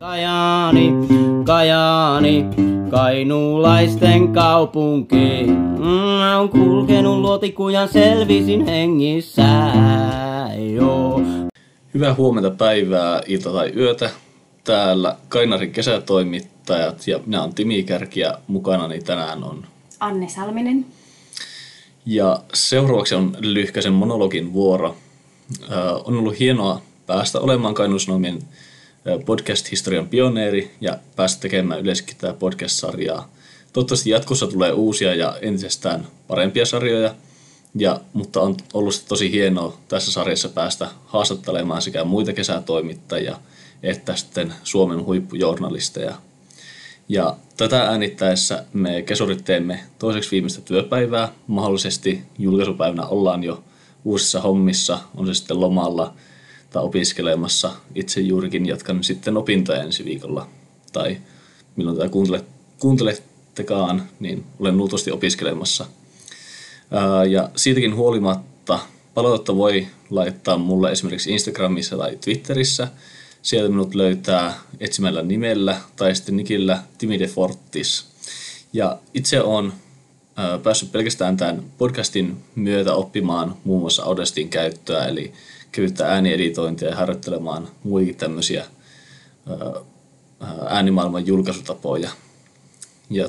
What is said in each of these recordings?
Kajaani, Kajaani, kainuulaisten kaupunki. On kulkenut luotikujan, selvisin hengissä. Joo. Hyvää huomenta, päivää, ilta tai yötä. Täällä Kainarin kesätoimittajat ja minä olen Timi Kärki ja mukanani tänään on Anne Salminen. Ja seuraavaksi on lyhkäisen monologin vuoro. On ollut hienoa päästä olemaan Kainuun Sanomien podcast-historian pioneeri ja päästä tekemään yleensäkin tätä podcast-sarjaa. Toivottavasti jatkossa tulee uusia ja entisestään parempia sarjoja, mutta on ollut tosi hienoa tässä sarjassa päästä haastattelemaan sekä muita kesätoimittajia että sitten Suomen huippujournalisteja. Ja tätä äänittäessä me kesurit teemme toiseksi viimeistä työpäivää. Mahdollisesti julkaisupäivänä ollaan jo uusissa hommissa, on se sitten lomalla tai opiskelemassa. Itse juurikin jatkan sitten opintoja ensi viikolla. Tai milloin tätä kuuntelettekaan, niin olen luultavasti opiskelemassa. Ja siitäkin huolimatta palautetta voi laittaa mulle esimerkiksi Instagramissa tai Twitterissä. Sieltä minut löytää etsimällä nimellä tai sitten nikillä Timi de Fortis. Ja itse olen päässyt pelkästään tämän podcastin myötä oppimaan muun muassa Audacityn käyttöä, eli kevyttä äänieditointia ja harjoittelemaan muitakin tämmöisiä äänimaailman julkaisutapoja. Ja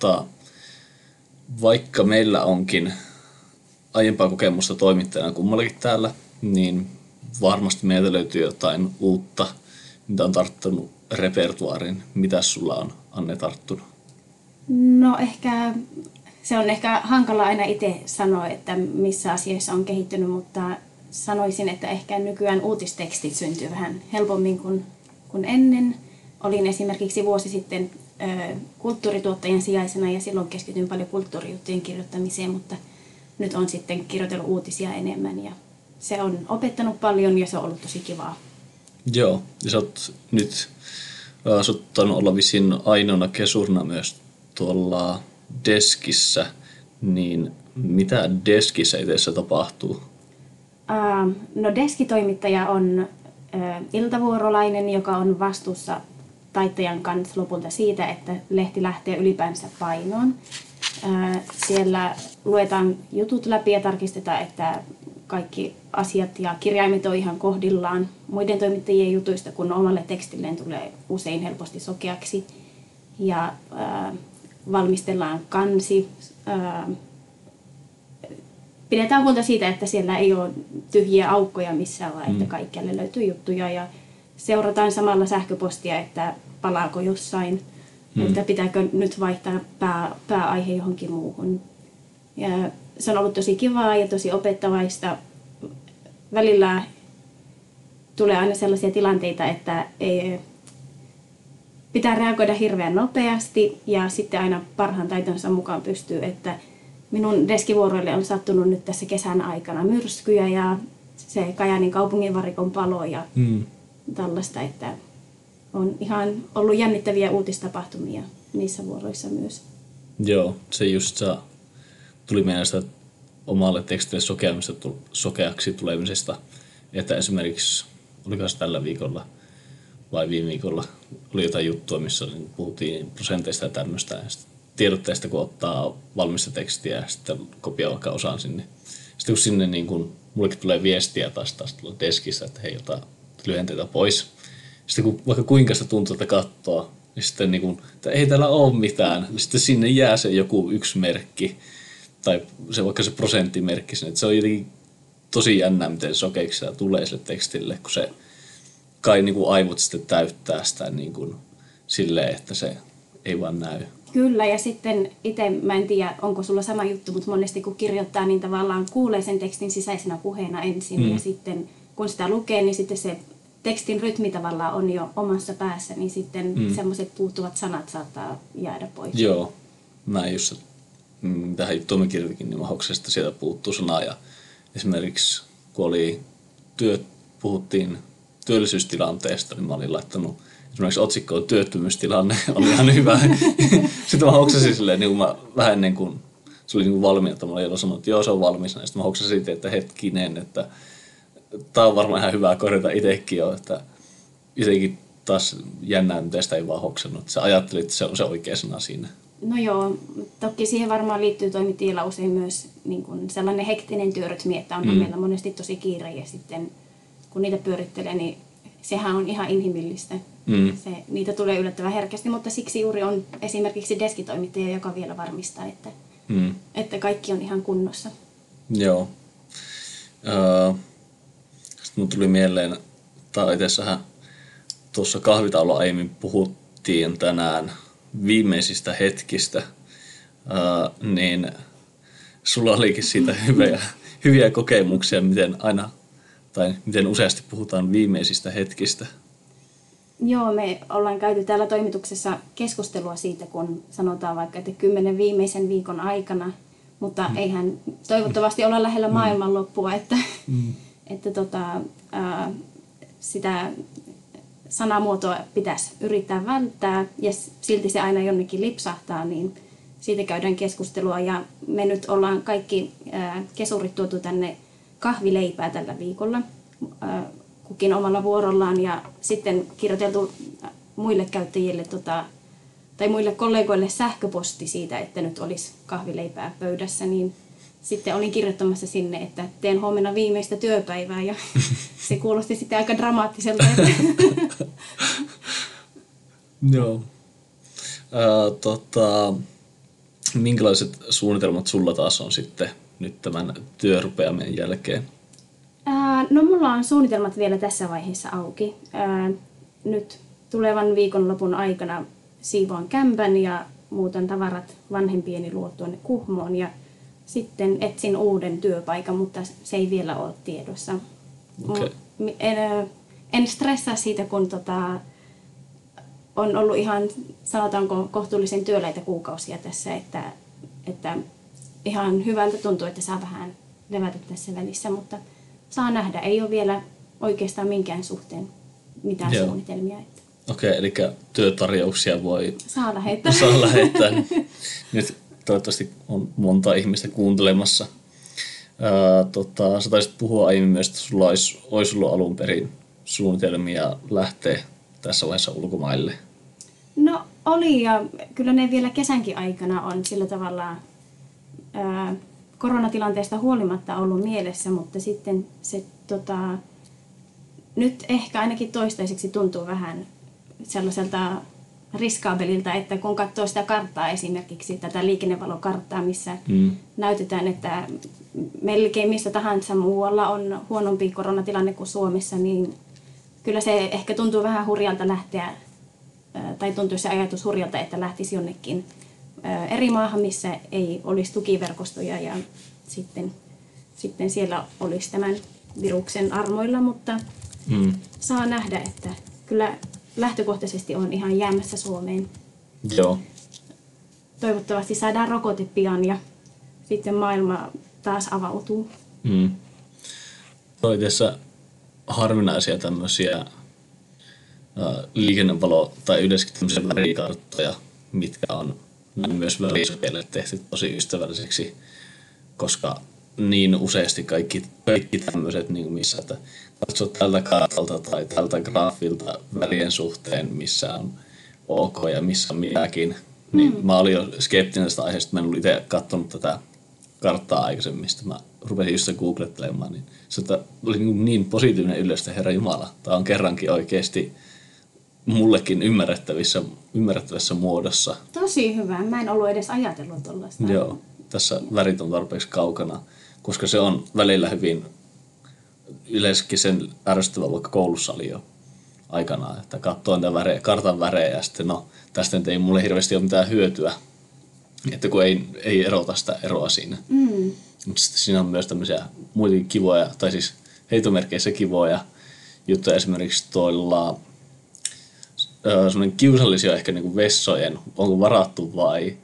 vaikka meillä onkin aiempaa kokemusta toimittajana kummallakin täällä, niin varmasti meiltä löytyy jotain uutta, mitä on tarttunut repertuaariin. Mitäs sulla on, Anne, tarttunut? No se on ehkä hankala aina itse sanoa, että missä asioissa on kehittynyt, mutta sanoisin, että ehkä nykyään uutistekstit syntyy vähän helpommin kuin ennen. Olin esimerkiksi vuosi sitten kulttuurituottajan sijaisena ja silloin keskityin paljon kulttuurijuttujen kirjoittamiseen, mutta nyt on sitten kirjoitellut uutisia enemmän ja se on opettanut paljon ja se on ollut tosi kivaa. Joo, ja sä oot nyt saattanut olla vissiin ainoana kesurina myös tuolla Deskissä, niin mitä Deskissä itse tapahtuu? No Deskitoimittaja on iltavuorolainen, joka on vastuussa taittajan kanssa lopulta siitä, että lehti lähtee ylipäänsä painoon. Siellä luetaan jutut läpi ja tarkistetaan, että kaikki asiat ja kirjaimet on ihan kohdillaan muiden toimittajien jutuista, kun omalle tekstilleen tulee usein helposti sokeaksi. Ja valmistellaan kansi. Pidetään huolta siitä, että siellä ei ole tyhjiä aukkoja missään, vaan että kaikkialle löytyy juttuja. Ja seurataan samalla sähköpostia, että palaako jossain, että pitääkö nyt vaihtaa pääaihe johonkin muuhun. Ja se on ollut tosi kivaa ja tosi opettavaista. Välillä tulee aina sellaisia tilanteita, että pitää reagoida hirveän nopeasti ja sitten aina parhaan taitonsa mukaan pystyy, että minun deskivuoroille on sattunut nyt tässä kesän aikana myrskyjä ja se Kajaanin kaupunginvarikon palo ja tällaista, että on ihan ollut jännittäviä uutistapahtumia niissä vuoroissa myös. Joo, se just tuli mielestä omalle tekstille sokeaksi tulemisesta, että esimerkiksi, oliko se tällä viikolla vai viime viikolla, oli jotain juttua, missä puhuttiin prosenteista ja tämmöistä, ja tiedotteesta, kun ottaa valmista tekstiä ja sitten kopiaa vaikka osaan sinne. Sitten kun sinne niin kun, mullekin tulee viestiä taas tuolla deskissä, että hei, ota lyhenteitä pois. Sitten kun vaikka kuinka sitä tuntuu, että katsoo, niin sitten niin kun, että ei täällä ole mitään, niin sitten sinne jää se joku yksi merkki, tai se vaikka se prosenttimerkki sinne. Että se on jotenkin tosi jännää, miten sokeiksi sitä tulee sille tekstille, kun se kai niin kuin aivot sitten täyttää sitä niin kuin silleen, että se ei vaan näy. Kyllä, ja sitten itse, mä en tiedä, onko sulla sama juttu, mutta monesti kun kirjoittaa, niin tavallaan kuulee sen tekstin sisäisenä puheena ensin, ja sitten kun sitä lukee, niin sitten se tekstin rytmi tavallaan on jo omassa päässä, niin sitten semmoiset puuttuvat sanat saattaa jäädä pois. Joo, mä just tähän juttuun mä kirjoitin, niin mahdollisesti sieltä puuttuu sanaa, ja esimerkiksi kun puhuttiin työllisyystilanteesta, niin mä olin laittanut esimerkiksi otsikkoon työttömyystilanne, oli ihan hyvä. Sitten mä hoksasin silleen, niin mä vähän ennen kuin se oli niin valmiina, että mä olin jo sanonut, että joo, se on valmis. Sitten mä hoksasin, että hetkinen, että tää on varmaan ihan hyvä korjata itsekin jo, että jotenkin taas jännää, mitä sitä ei vaan hoksannut. Sä ajattelit, että se on se oikea sana siinä. No joo, toki siihen varmaan liittyy toimittajilla usein myös niin kuin sellainen hektinen työrytmi, että on meillä monesti tosi kiire ja sitten kun niitä pyörittelee, niin sehän on ihan inhimillistä. Niitä tulee yllättävän herkästi, mutta siksi juuri on esimerkiksi deskitoimittaja, joka vielä varmistaa, että kaikki on ihan kunnossa. Joo. Sitten mun tuli mieleen, tai itseassahan tuossa kahvitaululla aiemmin puhuttiin tänään viimeisistä hetkistä, niin sulla olikin siitä hyviä kokemuksia, miten aina tai miten useasti puhutaan viimeisistä hetkistä. Joo, me ollaan käyty täällä toimituksessa keskustelua siitä, kun sanotaan vaikka, että 10 viimeisen viikon aikana, mutta eihän toivottavasti olla lähellä maailmanloppua, että sitä sanamuotoa pitäisi yrittää välttää ja silti se aina jonnekin lipsahtaa, niin siitä käydään keskustelua ja me nyt ollaan kaikki kesurit tuotu tänne kahvileipää tällä viikolla kukin omalla vuorollaan ja sitten kirjoiteltu muille käyttäjille tai muille kollegoille sähköposti siitä, että nyt olisi kahvileipää pöydässä, niin sitten olin kirjoittamassa sinne, että teen huomenna viimeistä työpäivää ja se kuulosti sitten aika dramaattiselta. Joo. Minkälaiset suunnitelmat sulla taas on sitten nyt tämän työrupeamien jälkeen? No mulla on suunnitelmat vielä tässä vaiheessa auki. Nyt tulevan viikonlopun aikana siivoan kämpän ja muutan tavarat vanhempieni luo tuonne Kuhmoon ja sitten etsin uuden työpaikan, mutta se ei vielä ole tiedossa. Okay. En stressaa siitä, kun on ollut ihan, sanotaanko, kohtuullisen työläitä kuukausia tässä, että ihan hyvältä tuntuu, että saa vähän levätä tässä välissä, mutta saa nähdä. Ei ole vielä oikeastaan minkään suhteen mitään suunnitelmia. Okei, eli työtarjouksia saa lähettää. Nyt toivottavasti on monta ihmistä kuuntelemassa. Sä taisit puhua aiemmin myös, että sulla olisi ollut alun perin suunnitelmia lähteä tässä vaiheessa ulkomaille. No oli ja kyllä ne vielä kesänkin aikana on sillä tavalla koronatilanteesta huolimatta ollut mielessä, mutta sitten se nyt ehkä ainakin toistaiseksi tuntuu vähän sellaiselta riskaabelilta, että kun katsoo sitä karttaa esimerkiksi, tätä liikennevalokarttaa, missä näytetään, että melkein missä tahansa muualla on huonompi koronatilanne kuin Suomessa, niin kyllä se ehkä tuntuu vähän hurjalta lähteä, tai tuntuu se ajatus hurjalta, että lähtisi jonnekin eri maahan, missä ei olisi tukiverkostoja ja sitten siellä olisi tämän viruksen armoilla, mutta saa nähdä, että kyllä lähtökohtaisesti on ihan jäämässä Suomeen. Joo. Toivottavasti saadaan rokote pian ja sitten maailma taas avautuu. Toi tässä harvinaisia tämmöisiä liikennevalo- tai yleensäkin tämmöisiä värikarttoja, mitkä on myös värisokeille tehty tosi ystävälliseksi, koska niin useasti kaikki tämmöiset, niin missä että katsot tältä kartalta tai tältä graafilta värien suhteen, missä on ok ja missä on mitäkin, niin mä olin jo skeptinen tästä aiheesta, mä en ollut itse katsonut tätä karttaa aikaisemmin, mistä mä rupesin just googlettelemaan, niin se oli niin positiivinen yllätys, herra Jumala, tämä on kerrankin oikeasti mullekin ymmärrettävässä muodossa. Tosi hyvä. Mä en ollut edes ajatellut tuollaista. Joo, tässä värit on tarpeeksi kaukana, koska se on välillä hyvin yleisestikin sen ärsyttävä, vaikka koulussa oli jo aikanaan, että katsoin tämän kartan värejä ja sitten tästä ei mulle hirveästi ole mitään hyötyä, että kun ei erota sitä eroa siinä. Mutta sitten siinä on myös tämmöisiä muitakin kivoja, tai siis heitomerkeissä kivoja juttuja, esimerkiksi tuolla semmoinen kiusallisia ehkä niinku vessojen, onko varattu vai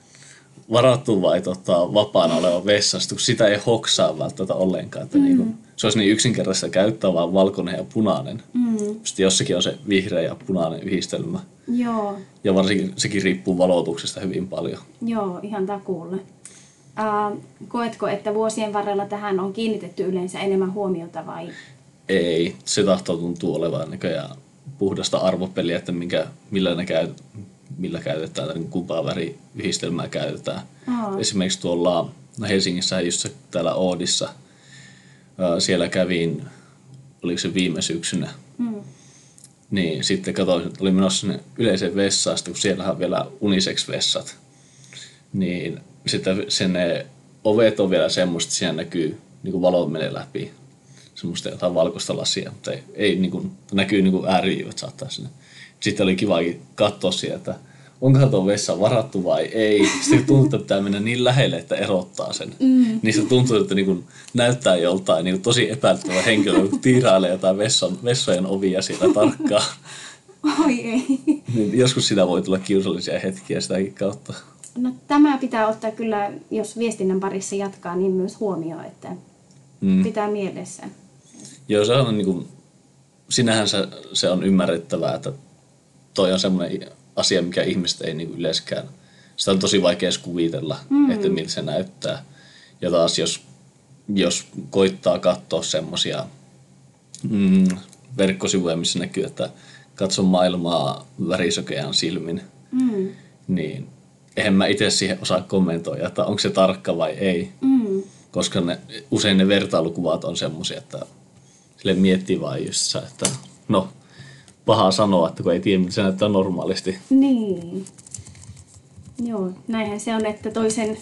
vapaana oleva vessa, kun sitä ei hoksaa välttämättä ollenkaan. Että niinku, se olisi niin yksinkertaista käyttää vaan valkoinen ja punainen. Sitten jossakin on se vihreä ja punainen yhdistelmä. Joo. Ja varsinkin sekin riippuu valotuksesta hyvin paljon. Joo, ihan takuulla. Koetko, että vuosien varrella tähän on kiinnitetty yleensä enemmän huomiota vai? Ei, se tahtoo tuntuu olevan näköjään puhdasta arvopeliä, että millä käytetään tai kumpaa väriyhdistelmää käytetään. Esimerkiksi tuolla Helsingissä, just täällä Oodissa, siellä kävin, oliko se viime syksynä, niin sitten katsoin, että oli menossa sinne yleiseen vessaan, kun siellähän on vielä unisex-vessat, niin sitten ne ovet on vielä semmoista, että siellä näkyy, niin kuin valo menee läpi, semmoista jotain valkoista lasia, mutta ei niin kuin, näkyy niin kuin ääriöt saattaa sinne. Sitten oli kiva katsoa sieltä, että onkohan tuo vessa varattu vai ei. Sitten tuntuu, että pitää mennä niin lähelle, että erottaa sen. Niin se tuntuu, että niin kuin näyttää joltain niin kuin tosi epäilyttävä henkilö, kun tiirailee jotain vessojen ovia siellä tarkkaan. Oi ei. Niin joskus sitä voi tulla kiusallisia hetkiä sitäkin kautta. No tämä pitää ottaa kyllä, jos viestinnän parissa jatkaa, niin myös huomioon, että pitää mielessä. Joo, se on niin kuin, sinähän se on ymmärrettävää, että toi on semmoinen asia, mikä ihmiset ei niin yleensäkään. Sitä on tosi vaikea kuvitella, että miltä se näyttää. Ja taas jos koittaa katsoa semmoisia verkkosivuja, missä näkyy, että katso maailmaa värisokean silmin, niin eihän mä itse siihen osaa kommentoida, että onko se tarkka vai ei. Koska usein ne vertailukuvat on semmoisia, että sille miettii vaan just että no, paha sanoa, että kun ei tiedä, mitä se näyttää normaalisti. Niin. Joo, näinhän se on, että toisen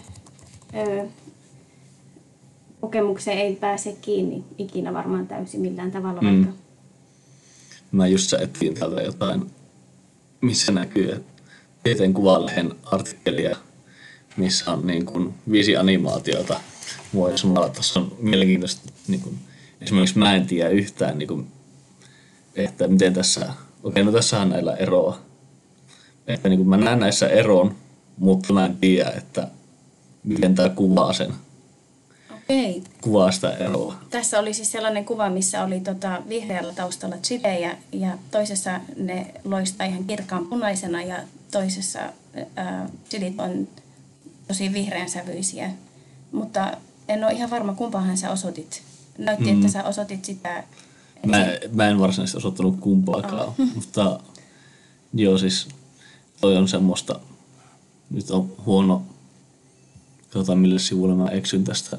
kokemukseen ei pääse kiinni ikinä varmaan täysin millään tavalla. Vaikka. Mä just etsin täältä jotain, missä näkyy tieteen kuvalehen artikkelia, missä on niin kuin 5 animaatiota. Tuossa on mielenkiintoista, niin kuin, esimerkiksi mä en tiedä yhtään, niin kuin, että miten tässä, no tässähän näillä eroa. Että niin kuin mä näen näissä eron, mutta mä en tiedä, että miten tämä kuvaa sen. Okei. Kuvaa sitä eroa. Tässä oli siis sellainen kuva, missä oli vihreällä taustalla chilejä ja toisessa ne loistaa ihan kirkkaan punaisena ja toisessa chilit on tosi vihreän sävyisiä. Mutta en ole ihan varma, kumpaahan sä osoitit. Näytti, että sä osoitit sitä. Mä en varsinaisesti osoittanut kumpaakaan, mutta joo siis toi on semmoista, nyt on huono, katsotaan mille sivulle mä eksyn tästä.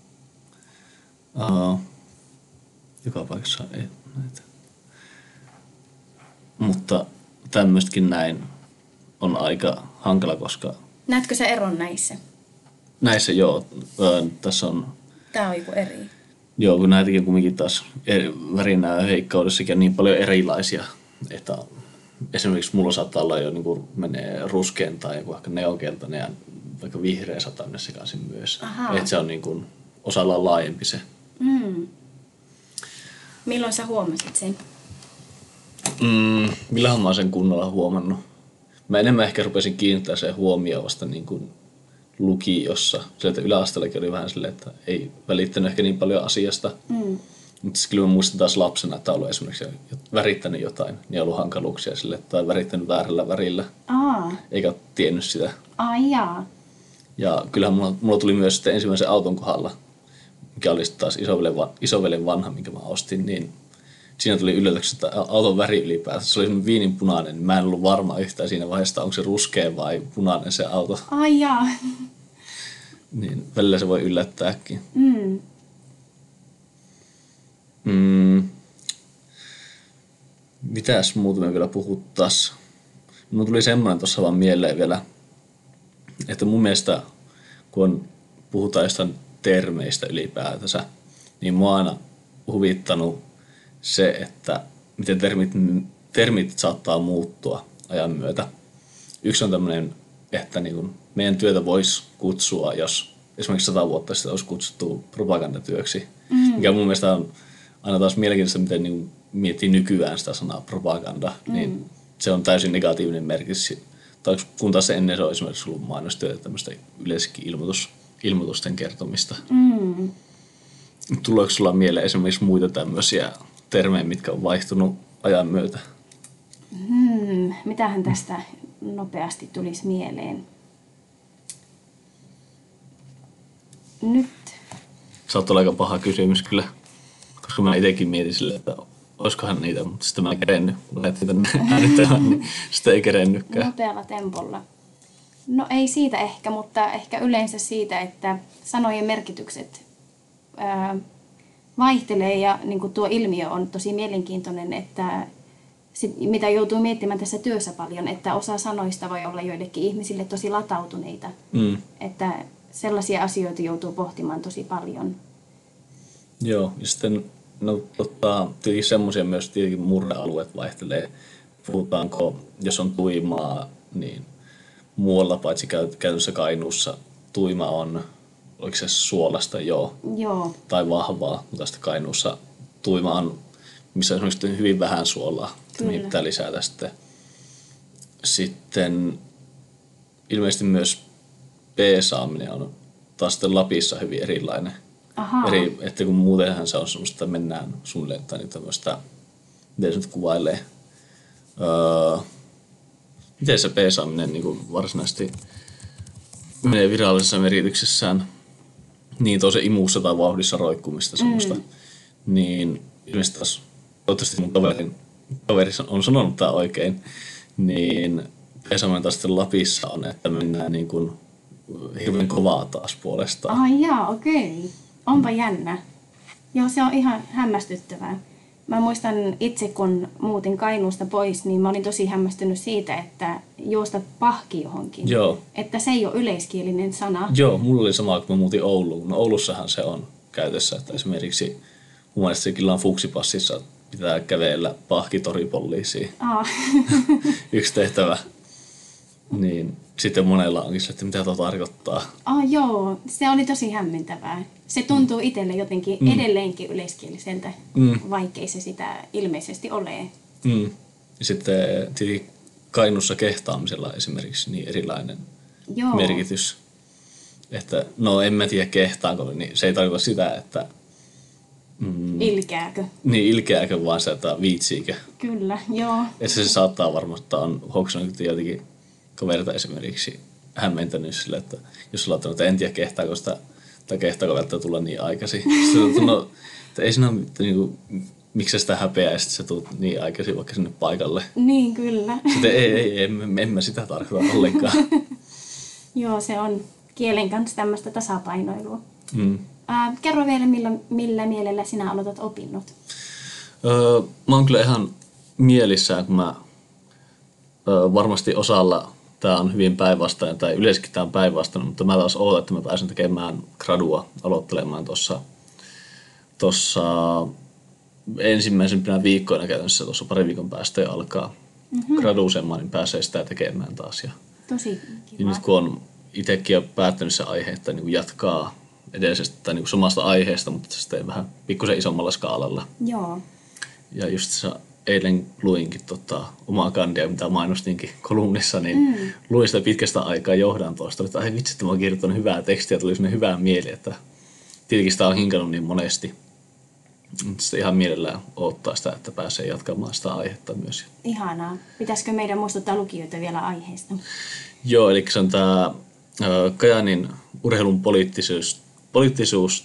Joka paikassa ei näitä. Mutta tämmöistäkin näin on aika hankala, koska... Näetkö sä eron näissä? Näissä joo. Tässä on... Tää on joku eri. Joo, kun näitäkin kumminkin taas värinä heikkoudessakin niin paljon erilaisia, että esimerkiksi mulla saattaa olla jo niin kuin menee ruskean tai joku ehkä neonkeltainen ja vaikka vihreä saattaa mennä sekaisin myös. Että se on niin kuin osalla laajempi se. Milloin sä huomasit sen? Milloin mä oon sen kunnolla huomannut? Mä enemmän ehkä rupesin kiinnittää sen huomioon vasta niin kuin lukiossa. Sieltä yläasteellakin oli vähän silleen, että ei välittänyt ehkä niin paljon asiasta. Mutta kyllä mä muistan taas lapsena, että on ollut esimerkiksi värittänyt jotain, niin on ollut hankaluuksia sille, tai värittänyt väärällä värillä. Eikä ole tiennyt sitä. Jaa. Ja kyllähän mulla tuli myös sitten ensimmäisen auton kohdalla, mikä oli taas isovelen vanha, minkä mä ostin, niin siinä tuli yllätykseksi, että auton väri ylipäätään. Se oli semmoinen viininpunainen, niin mä en ollut varma yhtään siinä vaiheessa, onko se ruskea vai punainen se auto. Jaa. Niin välillä se voi yllättääkin. Mitäs muuta me vielä puhuttais? Mulla tuli semmoinen tuossa vaan mieleen vielä, että mun mielestä kun puhutaan jostain termeistä ylipäätänsä, niin mua on aina huvittanut se, että miten termit saattaa muuttua ajan myötä. Yksi on tämmöinen, että niin kuin meidän työtä voisi kutsua, jos esimerkiksi 100 vuotta sitten olisi kutsuttu propagandatyöksi, mikä mun mielestä on aina taas mielenkiintoista, miten niin miettii nykyään sitä sanaa propaganda, niin se on täysin negatiivinen merkitys. Kun taas ennen se on esimerkiksi ollut mainostyötä, tämmöistä yleisikin ilmoitusten kertomista. Tuleeko sulla mieleen esimerkiksi muita tämmöisiä termejä, mitkä on vaihtunut ajan myötä? Mitähän tästä nopeasti tulisi mieleen? Nyt. Saattaa olla aika paha kysymys kyllä, koska mä itsekin mietin sille, että olisikohan niitä, mutta sitten mä en kerennyt. Kun lähdettiin tänne äänittämään, niin sitten ei kerennytkään. Nopealla tempolla. No ei siitä ehkä, mutta ehkä yleensä siitä, että sanojen merkitykset vaihtelee ja niin kuin tuo ilmiö on tosi mielenkiintoinen, että mitä joutuu miettimään tässä työssä paljon, että osa sanoista voi olla joillekin ihmisille tosi latautuneita. Että sellaisia asioita joutuu pohtimaan tosi paljon. Joo, ja sitten tietenkin semmoisia myös tietenkin murrealueet vaihtelee. Puhutaanko, jos on tuimaa, niin muualla paitsi käytössä Kainuussa tuima on, oliko se suolasta joo. Tai vahvaa, mutta sitten Kainuussa tuima on, missä on hyvin vähän suolaa, mihin pitää lisätä sitten ilmeisesti myös peesaaminen on taas sitten Lapissa hyvin erilainen. Että kun muutenhan se on semmoista, että mennään suunnilleen tai niin tämmöistä, miten se nyt kuvailee, miten se peesaaminen niin kuin varsinaisesti menee virallisessa merityksessään, niin tosi imuussa tai vauhdissa roikkumista semmoista, niin ilmeisesti taas, toivottavasti mun toveri on sanonut tämä oikein, niin peesaaminen taas sitten Lapissa on, että mennään niin kuin hirveän kovaa taas puolestaan. Okei. Onpa jännä. Joo, se on ihan hämmästyttävää. Mä muistan itse, kun muutin Kainuusta pois, niin mä olin tosi hämmästynyt siitä, että juosta pahki johonkin. Joo. Että se ei ole yleiskielinen sana. Joo, mulla oli sama, kun mä muutin Ouluun. No Oulussahan se on käytössä, että esimerkiksi mun mielestä Killan fuksipassissa pitää kävellä pahkitoripoliisiin. Yksi tehtävä. Niin sitten monella onkin se, että mitä tuo tarkoittaa. Joo, se oli tosi hämmentävää. Se tuntuu itselle jotenkin edelleenkin yleiskieliseltä, vaikkei se sitä ilmeisesti ole. Ja sitten Kainuussa kehtaamisella esimerkiksi niin erilainen merkitys. Että no en mä tiedä kehtaanko, niin se ei tarkoita sitä, että ilkeääkö? Niin, ilkeääkö vaan se, että viitsiikö. Kyllä, joo. Että se saattaa varmasti, on hoksannut jotenkin kaverita esimerkiksi hämmentänyt sille, että jos sulla on, että en tiedä kehtaako sitä, tai kehtaako välttämättä tulla niin aikaisin. Sitten no, että ei siinä ole niin miksi sitä häpeää, ja sitten sä tulet niin aikaisin vaikka sinne paikalle. Niin, kyllä. Sitten en mä sitä tarkoita ollenkaan. Joo, se on kielen kanssa tämmöistä tasapainoilua. Kerro vielä, millä mielellä sinä aloitat opinnot? Mä oon kyllä ihan mielissään, kun mä varmasti osalla tämä on hyvin päinvastainen, tai yleisestikin tämä on päinvastainen, mutta mä taas ootan, että mä pääsen tekemään gradua aloittelemaan tuossa ensimmäisenä viikkoina käytännössä, tuossa pari viikon päästä jo alkaa graduusemaan, niin pääsee sitä tekemään taas. Tosi kiva. Ja nyt kun on itsekin jo päättänyt se aihe, että niin jatkaa edellisestä tai niin samasta aiheesta, mutta sitten vähän pikkusen isommalla skaalalla. Joo. Ja just eilen luinkin omaa kandia, mitä mainostinkin kolumnissa, niin luin sitä pitkästä aikaa johdantoista, että ai vitsi, että mä oon kirjoittanut hyvää tekstiä, tuli sellainen hyvä mieli, että tietenkin sitä on hinkannut niin monesti. Mutta sitten ihan mielellään odottaa sitä, että pääsee jatkamaan sitä aihetta myös. Ihanaa. Pitäisikö meidän muistuttaa lukijoita vielä aiheesta? Joo, eli se on tämä Kajaanin urheilun poliittisuus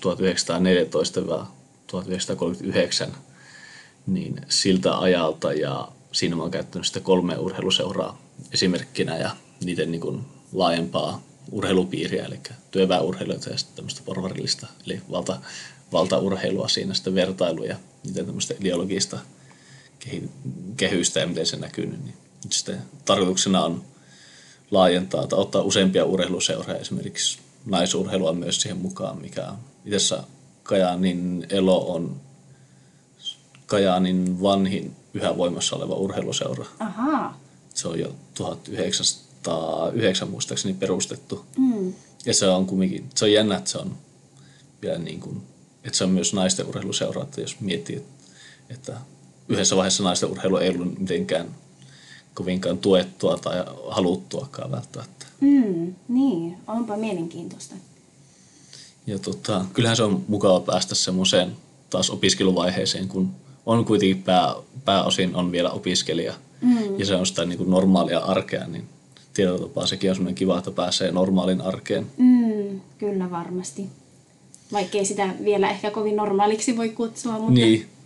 1914-1939, niin siltä ajalta, ja siinä mä oon käyttänyt sitä 3 urheiluseuraa esimerkkinä ja niiden niin kuin laajempaa urheilupiiriä, eli työväenurheilua ja sitten tämmöistä porvarillista, eli valtaurheilua siinä sitten vertailuja ja niiden tämmöistä ideologista kehystä ja miten se näkyy. Niin sitten tarkoituksena on laajentaa tai ottaa useampia urheiluseuraa, esimerkiksi naisurheilua myös siihen mukaan, mikä on itse Kajaanin Elo on Kajaanin vanhin yhä voimassa oleva urheiluseura. Ahaa. Se on jo 1909 muistaakseni perustettu. Ja se on kumminkin, se on jännä, että se on vielä niin kuin, että se on myös naisten urheiluseura, että jos miettii, että yhdessä vaiheessa naisten urheilu ei ollut mitenkään kovinkaan tuettua tai haluttuakaan välttämättä. Niin, onpa mielenkiintoista. Ja kyllähän se on mukava päästä semmoiseen taas opiskeluvaiheeseen, kun on kuitenkin pääosin on vielä opiskelija. Ja se on sitä niin kuin normaalia arkea, niin tietyllä tapaa sekin on semmoinen kiva, että pääsee normaalin arkeen. Kyllä varmasti. Vaikkei sitä vielä ehkä kovin normaaliksi voi kutsua, mutta... Niin,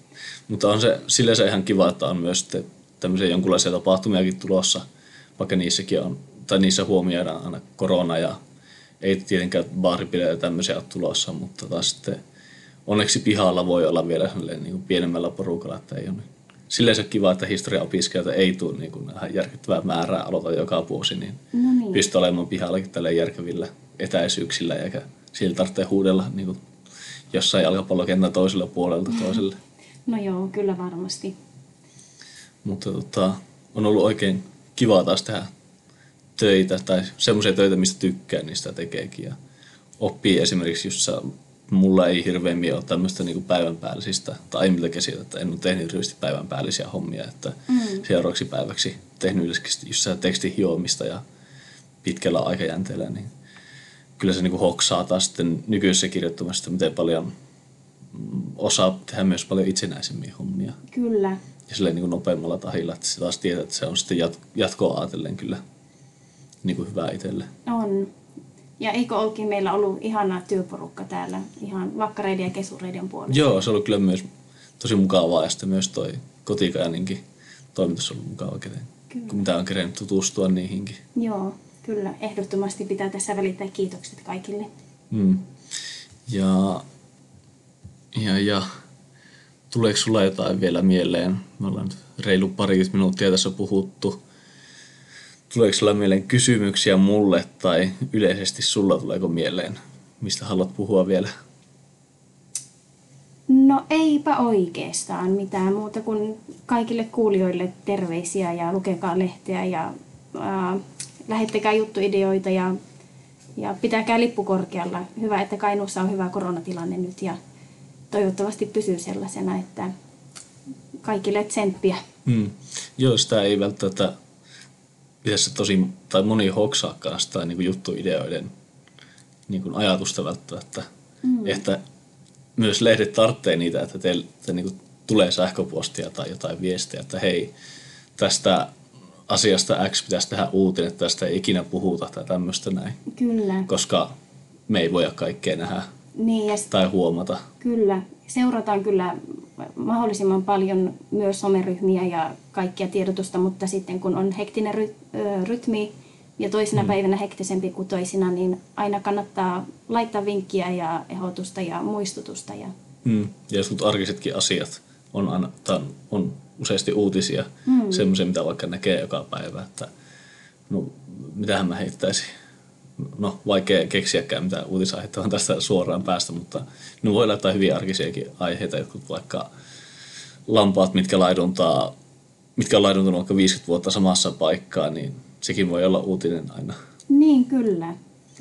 Mutta on se silleen se ihan kiva, että on myös tämmöisiä jonkunlaisia tapahtumiakin tulossa, vaikka niissäkin on, tai niissä huomioidaan aina korona ja ei tietenkään baaripileitä tämmöisiä ole tulossa, mutta taas sitten onneksi pihalla voi olla vielä niin kuin pienemmällä porukalla, että ei ole silleen se kiva, että historiaopiskelijoita ei tule niin kuin järkyttävää määrää aloita joka vuosi, niin, pystyy olemaan pihallakin tälleen järkevillä etäisyyksillä, eikä sillä tarvitse huudella niin kuin jossain jalkapallokentän toisella puolelta toiselle. No joo, kyllä varmasti. Mutta on ollut oikein kiva taas tehdä töitä tai semmoisia töitä, mistä tykkää, niin sitä tekeekin. Ja oppii esimerkiksi just mulla ei hirveämmin ole tämmöistä niin päivänpäällisistä tai aiemmilta kesiltä, että en ole tehnyt hirveästi päivänpäällisiä hommia, että seuraavaksi päiväksi tehnyt just tekstin hiomista ja pitkällä aikajänteellä, niin kyllä se niin kuin hoksaa taas sitten nykyisessä kirjoittamassa, miten paljon osaa tehdä myös paljon itsenäisemmin hommia. Kyllä. Ja silleen niin kuin nopeammalla tahilla, että se taas tietää, että se on sitten jatkoa ajatellen kyllä niin kuin hyvä itselle. On. Ja eikö olekin meillä ollut ihana työporukka täällä ihan vakkareiden ja kesureiden puolesta? Joo, se oli kyllä myös tosi mukavaa ja sitten myös toi Kotikajaninkin toimitus on ollut mukava, kun mitä on kerennyt tutustua niihinkin. Joo, kyllä. Ehdottomasti pitää tässä välittää kiitokset kaikille. Ja tuleeko sulla jotain vielä mieleen? Me ollaan nyt reilu parikymmentä minuuttia tässä puhuttu. Tuleeko sulla mieleen kysymyksiä mulle tai yleisesti sulla tuleeko mieleen? Mistä haluat puhua vielä? No eipä oikeastaan mitään muuta kuin kaikille kuulijoille terveisiä ja lukekaa lehteä ja lähettäkää juttuideoita ja pitäkää lippu korkealla. Hyvä, että Kainuussa on hyvä koronatilanne nyt ja toivottavasti pysyy sellaisena, että kaikille tsemppiä. Joo, sitä ei välttämättä pitäisi tai moni hoksaakaan sitä niin kuin juttuideoiden niin kuin ajatusta välttämättä. Että myös lehdet tarvitsee niitä, että teille niin kuin tulee sähköpostia tai jotain viestiä, että hei, tästä asiasta X pitäisi tehdä uutinen, että tästä ei ikinä puhuta tai tämmöistä näin. Kyllä. Koska me ei voida kaikkea nähdä tai huomata. Kyllä. Seurataan kyllä mahdollisimman paljon myös someryhmiä ja kaikkia tiedotusta, mutta sitten kun on hektinen rytmi ja toisena päivänä hektisempi kuin toisina, niin aina kannattaa laittaa vinkkiä ja ehdotusta ja muistutusta. Ja joskus arkisetkin asiat on useasti uutisia, semmoisia, mitä vaikka näkee joka päivä, että no, mitähän mä heittäisin. No, vaikea keksiäkään mitään uutisaihetta on tästä suoraan päästä, mutta ne voi laittaa hyvin arkisiakin aiheita, jotkut vaikka lampaat, mitkä on laiduntunut vaikka 50 vuotta samassa paikkaan, niin sekin voi olla uutinen aina. Niin, kyllä.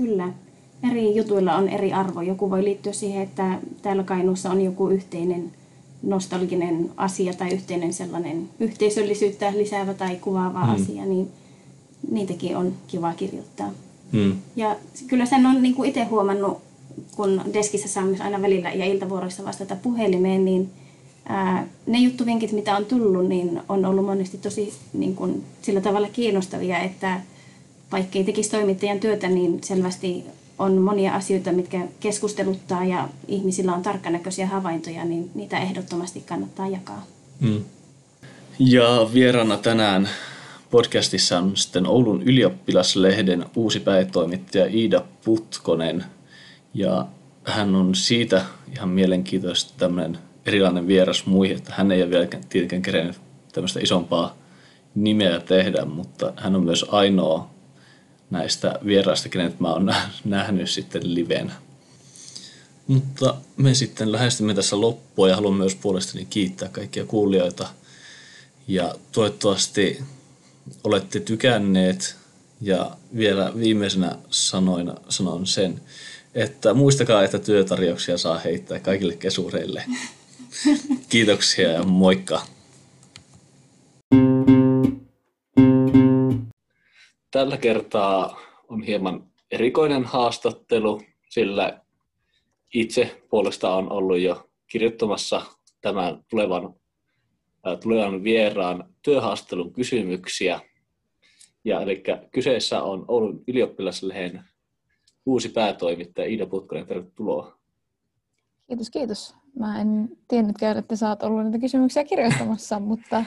Eri jutuilla on eri arvo. Joku voi liittyä siihen, että täällä Kainuussa on joku yhteinen nostalginen asia tai yhteinen sellainen yhteisöllisyyttä lisäävä tai kuvaava asia, niin niitäkin on kiva kirjoittaa. Ja kyllä sen on niin kuin itse huomannut, kun deskissä saa myös aina välillä ja iltavuoroissa vastata puhelimeen, niin ne juttuvinkit, mitä on tullut, niin on ollut monesti tosi niin kuin, sillä tavalla kiinnostavia, että vaikka ei tekisi toimittajan työtä, niin selvästi on monia asioita, mitkä keskusteluttaa ja ihmisillä on tarkkanäköisiä havaintoja, niin niitä ehdottomasti kannattaa jakaa. Ja vieraana tänään podcastissa on sitten Oulun ylioppilaslehden uusi päätoimittaja Iida Putkonen. Ja hän on siitä ihan mielenkiintoisesti tämmöinen erilainen vieras muihin, että hän ei ole vielä tietenkään kerennyt tämmöistä isompaa nimeä tehdä, mutta hän on myös ainoa näistä vieraista, kenet mä oon nähnyt sitten livenä. Mutta me sitten lähestymme tässä loppua ja haluan myös puolestani kiittää kaikkia kuulijoita. Ja toivottavasti olette tykänneet ja vielä viimeisenä sanoina sanon sen, että muistakaa, että työtarjouksia saa heittää kaikille kesureille. Kiitoksia ja moikka! Tällä kertaa on hieman erikoinen haastattelu, sillä itse puolestaan on ollut jo kirjoittamassa tämän tulevan vieraan työhaastattelun kysymyksiä. Ja eli kyseessä on Oulun ylioppilaslehden uusi päätoimittaja Iida Putkonen. Tervetuloa. Kiitos, kiitos. Mä en tiennytkään, että sä oot ollut niitä kysymyksiä kirjoittamassa, mutta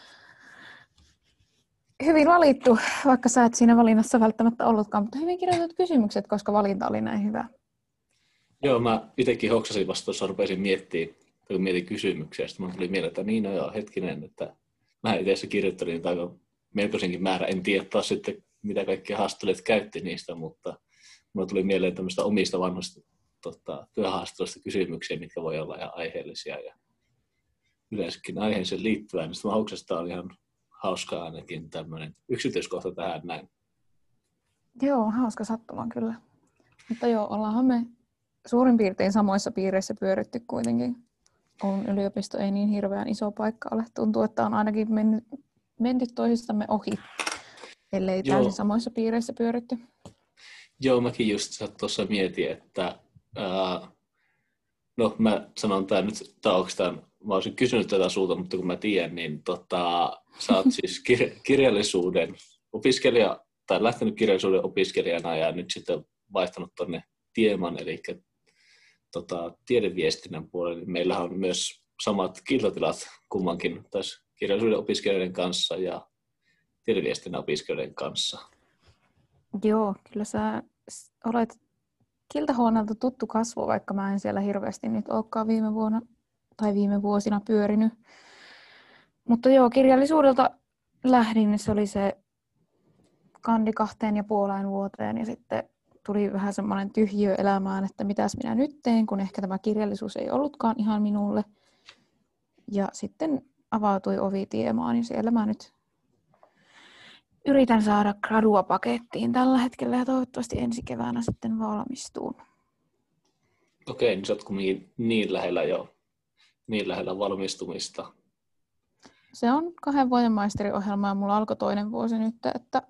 hyvin valittu, vaikka sä et siinä valinnassa välttämättä ollutkaan, mutta hyvin kirjoitetut kysymykset, koska valinta oli näin hyvä. Joo, mä itsekin hoksasin vasta tuossa, rupesin miettimään, kun mietin kysymyksiä, sitten mulle tuli mieleen, että niin, no joo, hetkinen, että mä itse kirjoittelin niitä aika melkoisenkin määrä, en tiedä taas sitten, mitä kaikkia haastattelut käytti niistä, mutta mulle tuli mieleen tämmöistä omista vanhoista työhaastatteluista kysymyksiä, mitkä voi olla ihan aiheellisia ja yleensäkin aiheeseen liittyvää, niin sitten mä hoksasta on ihan hauskaa ainakin tämmöinen yksityiskohta tähän näin. Joo, hauska sattuma kyllä. Mutta joo, ollaanhan me suurin piirtein samoissa piireissä pyöritty kuitenkin. Oulun yliopisto ei niin hirveän iso paikka ole. Tuntuu, että on ainakin menty toisistamme ohi, ellei täysin samoissa piireissä pyöritty. Joo, mäkin just tuossa mietin, että no mä sanon tää nyt oikeastaan, mä olisin kysynyt tätä sulta, mutta kun mä tiedän, niin sä oot siis kirjallisuuden opiskelija, tai lähtenyt kirjallisuuden opiskelijana ja nyt sitten vaihtanut tonne Tieman, eli tiedeviestinnän puolelle. Meillähän on myös samat kiltotilat kummankin tässä kirjallisuuden opiskelijoiden kanssa ja tiedeviestinnän opiskelijoiden kanssa. Joo, kyllä sä olet kiltahuoneelta tuttu kasvo, vaikka mä en siellä hirveästi nyt olekaan viime vuosina pyörinyt. Mutta joo, kirjallisuudelta lähdin, se oli se kandi 2,5 vuoteen ja sitten tuli vähän semmoinen tyhjiö elämään, että mitäs minä nyt teen, kun ehkä tämä kirjallisuus ei ollutkaan ihan minulle. Ja sitten avautui ovi Tiemaan, niin siellä mä nyt yritän saada gradua pakettiin tällä hetkellä ja toivottavasti ensi keväänä sitten valmistuun. Okei, niin sä oot kumminkin niin lähellä valmistumista. Se on 2 vuoden maisteriohjelma ja mulla alkoi 2. vuosi nyt, että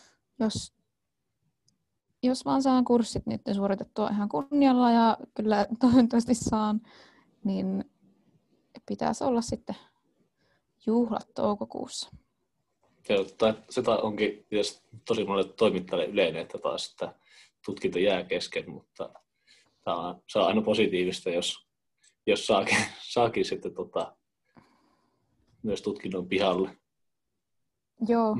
jos vaan saan kurssit nyt suoritettua ihan kunnialla ja kyllä toivottavasti saan, niin pitäisi olla sitten juhlat toukokuussa. Se onkin tosi monelle toimittajalle yleinen, että taas että tutkinto jää kesken, mutta se on aina positiivista, jos saakin sitten myös tutkinnon pihalle. Joo,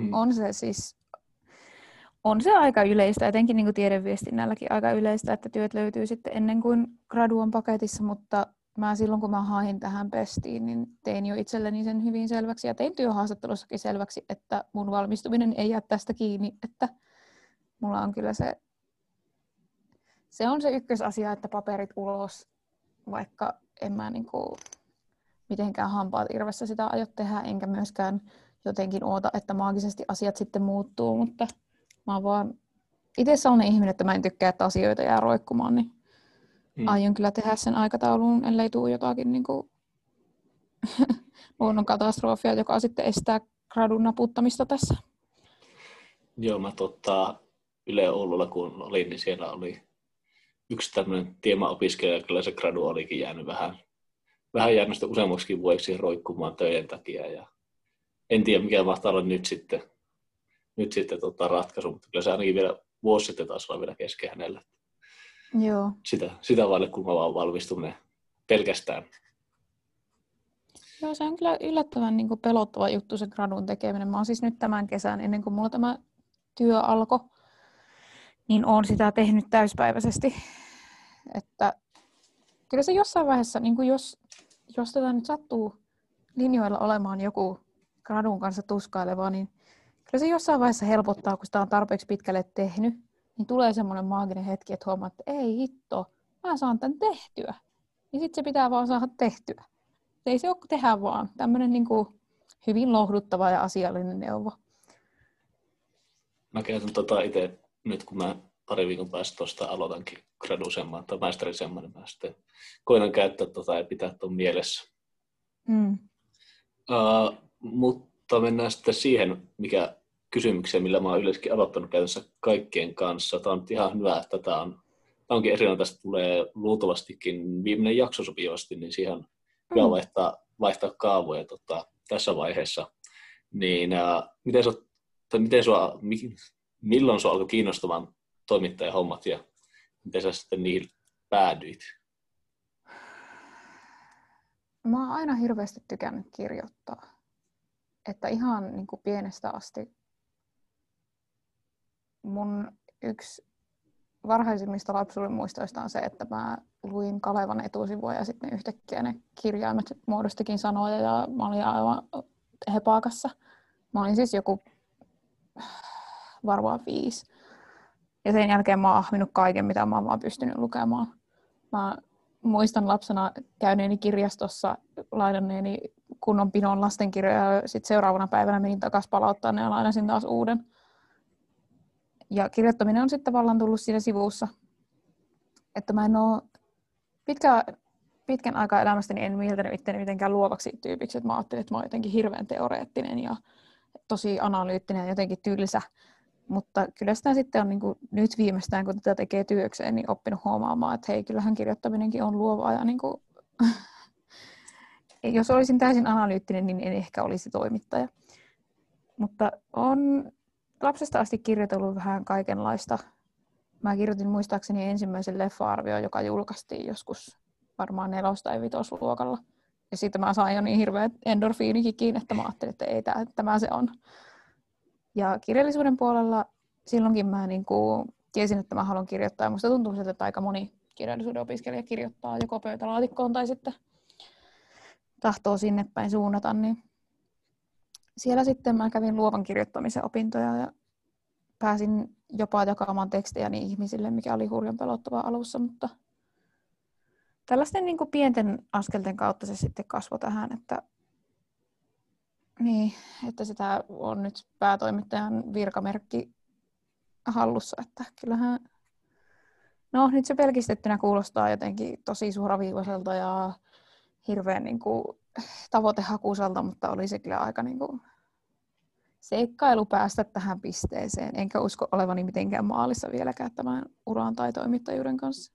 on se aika yleistä, etenkin niin kuin tiedeviestinnälläkin aika yleistä, että työt löytyy sitten ennen kuin gradu on paketissa, mutta silloin kun mä hain tähän pestiin, niin tein jo itselleni sen hyvin selväksi ja tein työhaastattelussakin selväksi, että mun valmistuminen ei jää tästä kiinni, että mulla on kyllä se on se ykkösasia, että paperit ulos, vaikka en mä niinku mitenkään hampaat irvessä sitä aio tehdä, enkä myöskään jotenkin oota, että maagisesti asiat sitten muuttuu, mutta mä oon vaan itse sellainen ihminen, että mä en tykkää, että asioita jää roikkumaan, niin aion kyllä tehdä sen aikatauluun, ellei tule jotakin niinku luonnonkatastrofia, joka sitten estää gradun naputtamista tässä. Joo, mä Yle Oululla kun olin, niin siellä oli yksi tämmöinen Tiema-opiskelija, kyllä se gradu olikin jäänyt vähän jäänyt useammaksikin vuodeksi roikkumaan töiden takia. Ja en tiedä, mikä mahtaa olla nyt sitten ratkaisu, mutta kyllä se ainakin vielä vuosi sitten taas olla vielä kesken hänellä. Joo. Sitä vaille, kun mä vaan valmistun pelkästään. Joo, se on kyllä yllättävän niin kuin pelottava juttu se gradun tekeminen. Mä oon siis nyt tämän kesän, ennen kuin mulla tämä työ alkoi, niin oon sitä tehnyt täyspäiväisesti. Että kyllä se jossain vaiheessa, niin kuin jos tätä nyt sattuu linjoilla olemaan joku gradun kanssa tuskaileva, niin kyllä se jossain vaiheessa helpottaa, kun sitä on tarpeeksi pitkälle tehnyt, niin tulee semmoinen maaginen hetki, että huomaa, että ei hitto, mä saan tämän tehtyä. Niin sitten se pitää vaan saada tehtyä. Ei se ole tehdä vaan. Tämmöinen niin kuin hyvin lohduttava ja asiallinen neuvo. Mä käytän itse nyt, kun mä pari viikon päästä tuosta aloitankin gradusemman tai maisterisemman, niin mä sitten koitan käyttää ja pitää tuon mielessä. Mutta mennään sitten siihen, mikä kysymykseen, millä mä oon yleensäkin aloittanut käytännössä kaikkien kanssa. Tämä on ihan hyvä, että tämä onkin erinomainen. Tästä tulee luultavastikin viimeinen jakso sopivasti, niin siihen on hyvä vaihtaa kaavoja tässä vaiheessa. Niin milloin sua alkoi kiinnostamaan toimittajahommat ja miten sä sitten niihin päädyit? mä oon aina hirveästi tykännyt kirjoittaa. Että ihan niin kuin pienestä asti mun yksi varhaisimmista lapsuuden muistoista on se, että mä luin Kalevan etusivua ja sitten yhtäkkiä ne kirjaimet muodostikin sanoja ja mä olin aivan hepakassa. Mä olin siis joku varmaan 5. Ja sen jälkeen mä oon ahminut kaiken, mitä mä oon vaan pystynyt lukemaan. Mä muistan lapsena käyneeni kirjastossa, lainanneeni kunnon pinon lastenkirjoja ja sitten seuraavana päivänä menin takaisin palauttaa ne ja lainasin taas uuden. Ja kirjoittaminen on sitten tavallaan tullut siinä sivussa. Että mä en ole pitkän aikaa elämästäni en mieltänyt itteni mitenkään luovaksi tyypiksi. Että mä ajattelin, että mä oon jotenkin hirveän teoreettinen ja tosi analyyttinen ja jotenkin tylsä. Mutta kyllä sitä sitten on niin kuin nyt viimeistään, kun tätä tekee työkseen, niin oppinut huomaamaan, että hei, kyllähän kirjoittaminenkin on luovaa. Ja niin kuin jos olisin täysin analyyttinen, niin en ehkä olisi toimittaja. Mutta on lapsesta asti kirjoitellut vähän kaikenlaista. Mä kirjoitin muistaakseni ensimmäisen leffa-arvion, joka julkaistiin joskus varmaan 4. tai 5. luokalla. Ja siitä mä sain jo niin hirveä endorfiinikikin, että mä ajattelin, että ei tämä se on. Ja kirjallisuuden puolella silloinkin mä niin kuin tiesin, että mä haluan kirjoittaa. Ja musta tuntuu siltä, että aika moni kirjallisuuden opiskelija kirjoittaa joko pöytälaatikkoon tai sitten tahtoo sinne päin suunnata. Niin siellä sitten mä kävin luovan kirjoittamisen opintoja ja pääsin jopa jakamaan tekstejäni ihmisille, mikä oli hurjan pelottavaa alussa, mutta tällaisten niin kuin pienten askelten kautta se sitten kasvoi tähän, että sitä on nyt päätoimittajan virkamerkki hallussa, että kyllähän, no nyt se pelkistettynä kuulostaa jotenkin tosi suoraviivaiselta ja hirveän niin kuin tavoitehakuiselta, mutta oli se kyllä aika niin kuin seikkailu päästä tähän pisteeseen. Enkä usko olevani mitenkään maalissa vieläkään tämän uran tai toimittajuuden kanssa.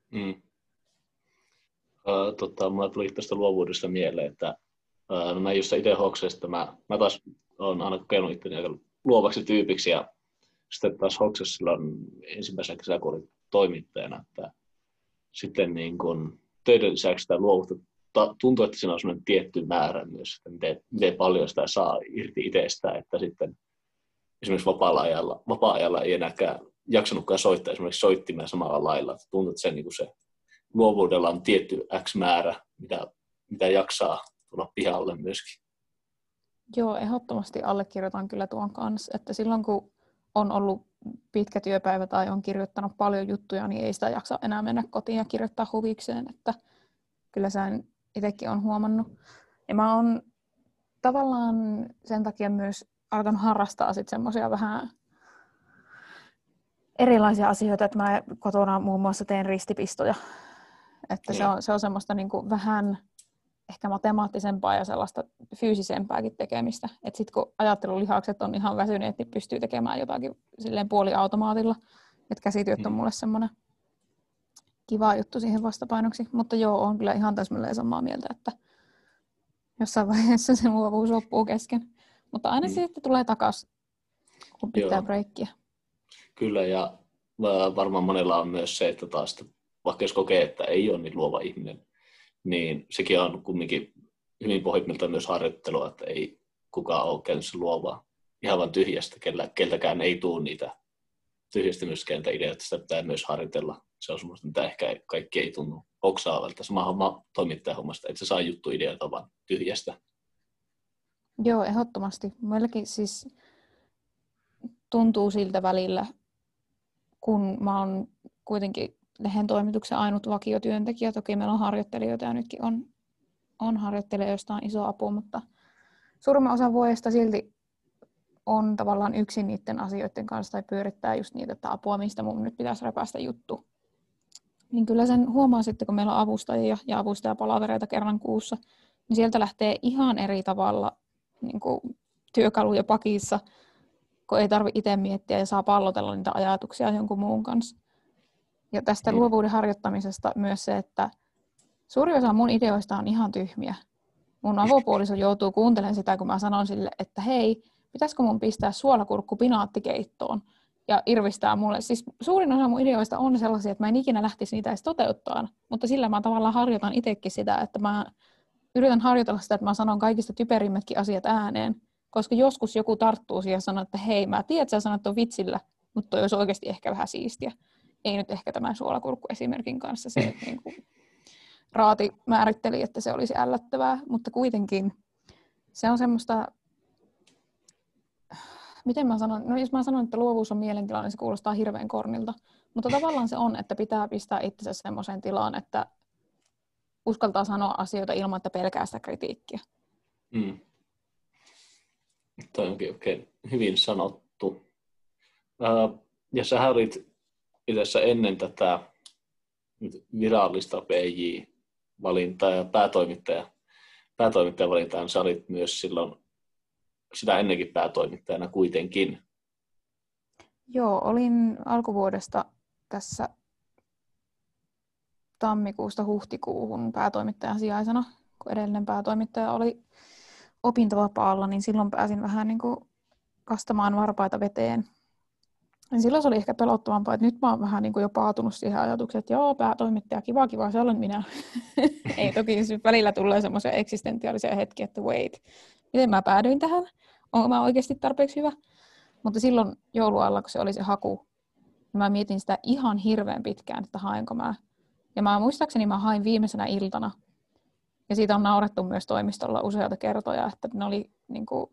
Mulla tuli tästä luovuudesta mieleen, että mä just itse Hoksesta, mä taas olen aina kokenut itteni aika luovaksi tyypiksi ja sitten taas Hoksessa silloin ensimmäisenä kesänä, kun olin toimittajana, että sitten niin kun töiden lisäksi sitä luovuutta tuntuu, että siinä on sellainen tietty määrä myös, että miten paljon sitä saa irti itsestään, että sitten esimerkiksi vapaa-ajalla ei enääkään jaksanutkaan soittaa esimerkiksi soittimia samalla lailla. Tuntuu, että se luovuudella on tietty X määrä, mitä jaksaa tulla pihalle myöskin. Joo, ehdottomasti allekirjoitan kyllä tuon kanssa, että silloin kun on ollut pitkä työpäivä tai on kirjoittanut paljon juttuja, niin ei sitä jaksa enää mennä kotiin ja kirjoittaa huvikseen, että kyllä sen itsekin olen huomannut. Ja mä oon tavallaan sen takia myös alkanut harrastaa sitten semmoisia vähän erilaisia asioita, että mä kotona muun muassa teen ristipistoja. Että se on semmoista niin kuin vähän ehkä matemaattisempaa ja sellaista fyysisempääkin tekemistä. Että sitten kun ajattelulihakset on ihan väsyneet, niin pystyy tekemään jotakin silleen puoliautomaatilla. Että käsityöt on mulle semmoinen kiva juttu siihen vastapainoksi. Mutta joo, on kyllä ihan täsmälleen samaa mieltä, että jossain vaiheessa se luovuus loppuu kesken. Mutta aina se sitten tulee takaisin, kun pitää breikkiä. Kyllä, ja varmaan monella on myös se, että taas, vaikka jos kokee, että ei ole niin luova ihminen, niin sekin on kumminkin hyvin pohjimmiltaan myös harjoittelua, että ei kukaan ole käynyt luovaa ihan vain tyhjästä, keltäkään ei tule niitä tyhjästä myöskään niitä ideoita, sitä pitää myös harjoitella. Se on semmoista, mitä ehkä kaikki ei tunnu oksaavalta. Sama homma toimittajahommasta, että se saa juttuideoita vaan tyhjästä. Joo, ehdottomasti. Meilläkin siis tuntuu siltä välillä, kun mä oon kuitenkin lehden toimituksen ainut vakiotyöntekijä. Toki meillä on harjoittelijoita ja nytkin on harjoittelijoita, joista on iso apu, mutta suurimman osan vuodesta silti on tavallaan yksin niiden asioiden kanssa tai pyörittää just niitä, että apua, mistä mun nyt pitäisi repäistä juttu. Niin kyllä sen huomaa sitten, kun meillä on avustajia ja avustajapalavereita kerran kuussa, niin sieltä lähtee ihan eri tavalla niin kuin työkaluja pakissa, kun ei tarvitse itse miettiä ja saa pallotella niitä ajatuksia jonkun muun kanssa. Ja tästä luovuuden harjoittamisesta myös se, että suuri osa mun ideoista on ihan tyhmiä. Mun avopuoliso joutuu kuuntelemaan sitä, kun mä sanon sille, että hei, pitäisikö mun pistää suolakurkku pinaattikeittoon? Ja irvistää mulle. Siis suurin osa mun ideoista on sellaisia, että mä en ikinä lähtisi niitä edes toteuttaa. Mutta sillä mä tavallaan harjoitan itsekin sitä, että mä yritän harjoitella sitä, että mä sanon kaikista typerimmätkin asiat ääneen, koska joskus joku tarttuu siihen ja sanoo, että hei, mä tiedän, että sä sanot ton vitsillä, mutta toi olisi oikeasti ehkä vähän siistiä. Ei nyt ehkä tämän suolakurkku-esimerkin kanssa se, että niin kuin Raati määritteli, että se olisi ällöttävää, mutta kuitenkin se on semmoista, miten mä sanon, no jos mä sanon, että luovuus on mielentila, niin se kuulostaa hirveän kornilta, mutta tavallaan se on, että pitää pistää itsensä semmoiseen tilaan, että uskaltaa sanoa asioita ilman, että pelkää sitä kritiikkiä. Toi onkin oikein hyvin sanottu. Ja sähän olit itse asiassa ennen tätä virallista PJ-valintaa ja päätoimittajan-valintaa, sä olit myös silloin sitä ennenkin päätoimittajana kuitenkin. Joo, olin alkuvuodesta tässä tammikuusta huhtikuuhun päätoimittajan sijaisena, kun edellinen päätoimittaja oli opintovapaalla, niin silloin pääsin vähän niin kuin kastamaan varpaita veteen. Ja silloin se oli ehkä pelottavampaa, että nyt mä oon vähän niin kuin jo paatunut siihen ajatukseen, että joo, päätoimittaja, kiva, se olen minä. Ei toki välillä tulee semmoisia eksistentiaalisia hetkiä, että wait, miten mä päädyin tähän? Onko mä oikeasti tarpeeksi hyvä? Mutta silloin joulualla, kun se oli se haku, niin mä mietin sitä ihan hirveän pitkään, että haenko mä. Ja muistaakseni mä hain viimeisenä iltana. Ja siitä on naurettu myös toimistolla useita kertoja, että ne oli niin kuin,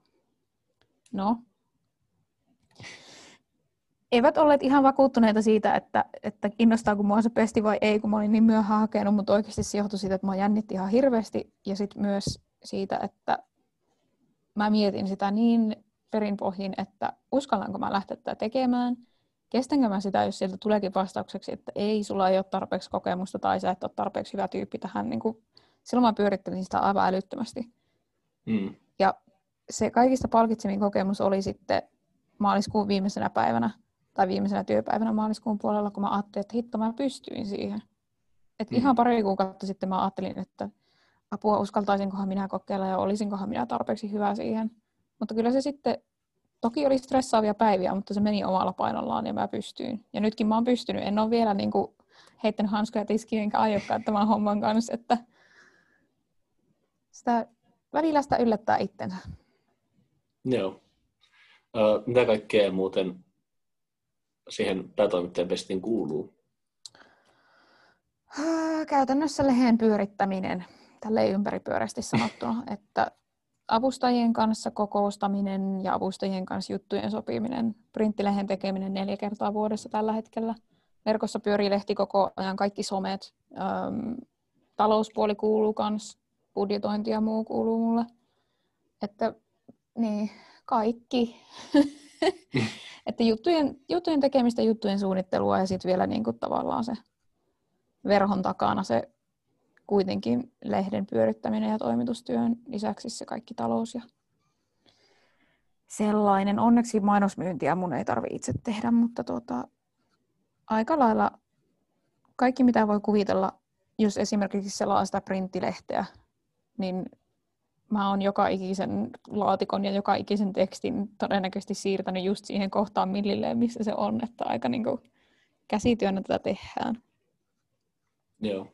eivät olleet ihan vakuuttuneita siitä, että innostaako mua se pesti vai ei, kun mä olin niin myöhään hakenut, mutta oikeasti se johtui siitä, että mä jännitti ihan hirveästi. Ja sitten myös siitä, että mä mietin sitä niin perinpohjin, että uskallanko mä lähteä tätä tekemään, kestänkö mä sitä, jos sieltä tuleekin vastaukseksi, että ei, sulla ei ole tarpeeksi kokemusta tai sä et ole tarpeeksi hyvä tyyppi tähän. Niin kuin, silloin mä pyörittelin sitä aivan älyttömästi. Ja se kaikista palkitsevin kokemus oli sitten maaliskuun viimeisenä päivänä, tai viimeisenä työpäivänä maaliskuun puolella, kun mä ajattelin, että hitto, mä pystyin siihen. Et ihan pari kuukautta sitten mä ajattelin, että apua, uskaltaisinkohan minä kokeilla ja olisinkohan minä tarpeeksi hyvä siihen. Mutta kyllä se sitten, toki oli stressaavia päiviä, mutta se meni omalla painollaan ja mä pystyin. Ja nytkin mä oon pystynyt, en ole vielä niin kuin heittänyt hanskoja tiskiin enkä aiokkaan tämän homman kanssa, että välillä sitä yllättää itsensä. Joo. Mitä kaikkea muuten siihen päätoimittajan pestiin kuuluu? Käytännössä lehden pyörittäminen, tälleen ympäripyöreästi sanottuna, että avustajien kanssa kokoustaminen ja avustajien kanssa juttujen sopiminen, printtilehden tekeminen 4 kertaa vuodessa tällä hetkellä. Verkossa pyörii lehti koko ajan, kaikki somet, talouspuoli kuuluu kans, budjetointi ja muu kuuluu mulle. Että niin, kaikki. Että juttujen tekemistä, juttujen suunnittelua ja sitten vielä niinku tavallaan se verhon takana se kuitenkin lehden pyörittäminen ja toimitustyön lisäksi se kaikki talous ja sellainen. Onneksi mainosmyyntiä mun ei tarvitse itse tehdä, mutta aika lailla kaikki mitä voi kuvitella, jos esimerkiksi selaa sitä printtilehteä, niin mä oon joka ikisen laatikon ja joka ikisen tekstin todennäköisesti siirtänyt just siihen kohtaan millilleen, missä se on, että aika niinku käsityönä tätä tehdään. Joo.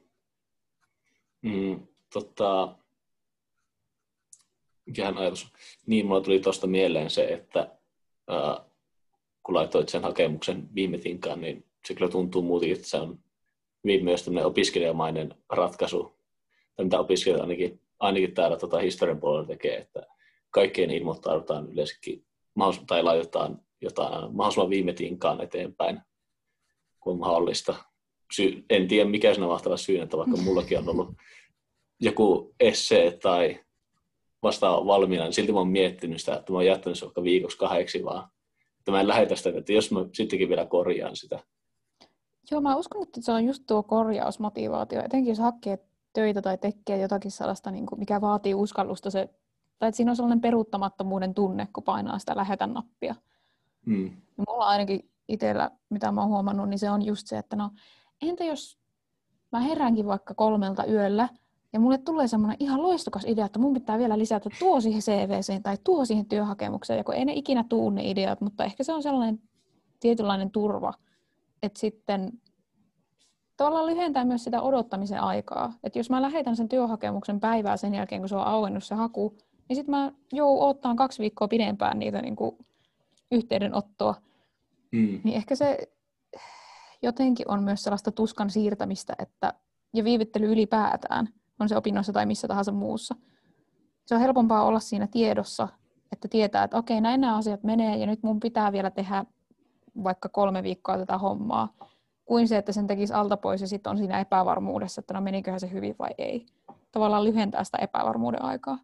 Mikähän ajatus? Niin, mulla tuli tuosta mieleen se, että kun laitoit sen hakemuksen viime tinkaan, niin se kyllä tuntuu muutenkin, että se on hyvin myös tämmöinen opiskelijamainen ratkaisu, tai mitä opiskelijat ainakin täällä historian puolella tekee, että kaikkeen ilmoittaudutaan yleensäkin, tai laitetaan jotain mahdollisimman viime tinkaan eteenpäin, kun on mahdollista. En tiedä, mikä siinä mahtava syy, että vaikka mullakin on ollut joku essee tai vastaava valmiina, niin silti mä oon miettinyt sitä, että mä oon jättänyt se vaikka viikoksi 2 vaan. Että mä en lähetä sitä, että jos mä sittenkin vielä korjaan sitä. Joo, mä uskon, että se on just tuo korjausmotivaatio. Etenkin jos hakee töitä tai tekee jotakin sellaista, mikä vaatii uskallusta, tai että siinä on sellainen peruuttamattomuuden tunne, kun painaa sitä lähetä nappia. Ja mulla ainakin itsellä, mitä mä oon huomannut, niin se on just se, että no, entä jos mä heräänkin vaikka 3 yöllä, ja mulle tulee semmoinen ihan loistokas idea, että mun pitää vielä lisätä tuo siihen CV:seen tai tuo siihen työhakemukseen, ja kun ei ne ikinä tuu ne ideat, mutta ehkä se on sellainen tietynlainen turva, että sitten tavallaan lyhentää myös sitä odottamisen aikaa. Että jos mä lähetän sen työhakemuksen päivää sen jälkeen, kun se on auennut se haku, niin sitten mä odottaan 2 viikkoa pidempään niitä niin kuin yhteydenottoa. Niin ehkä se jotenkin on myös sellaista tuskan siirtämistä, ja viivyttely ylipäätään on se opinnoissa tai missä tahansa muussa. Se on helpompaa olla siinä tiedossa, että tietää, että okei, näin nämä asiat menee ja nyt mun pitää vielä tehdä vaikka 3 viikkoa tätä hommaa, kuin se, että sen tekisi alta pois ja sitten on siinä epävarmuudessa, että no meniköhän se hyvin vai ei. Tavallaan lyhentää sitä epävarmuuden aikaa.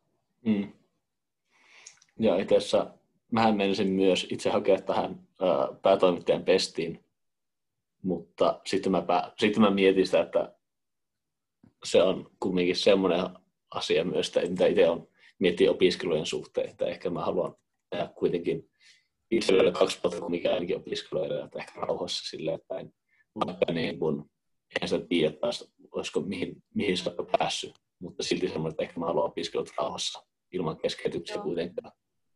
Ja itse asiassa mähän menisin myös itse hakea tähän päätoimittajan pestiin, mutta sitten mä mietin sitä, että se on kumminkin semmoinen asia myös, mitä itse on miettiä opiskelujen suhteen, että ehkä mä haluan tehdä kuitenkin itselleni 2 vuotta, kun mikä ainakin opiskelijoille, että ehkä rauhassa silleen, että vaikka niin kun, en sitä tiedä taas, olisiko mihin se on päässyt, mutta silti semmoinen, että ehkä mä haluan opiskella rauhassa ilman keskeytyksiä kuitenkaan.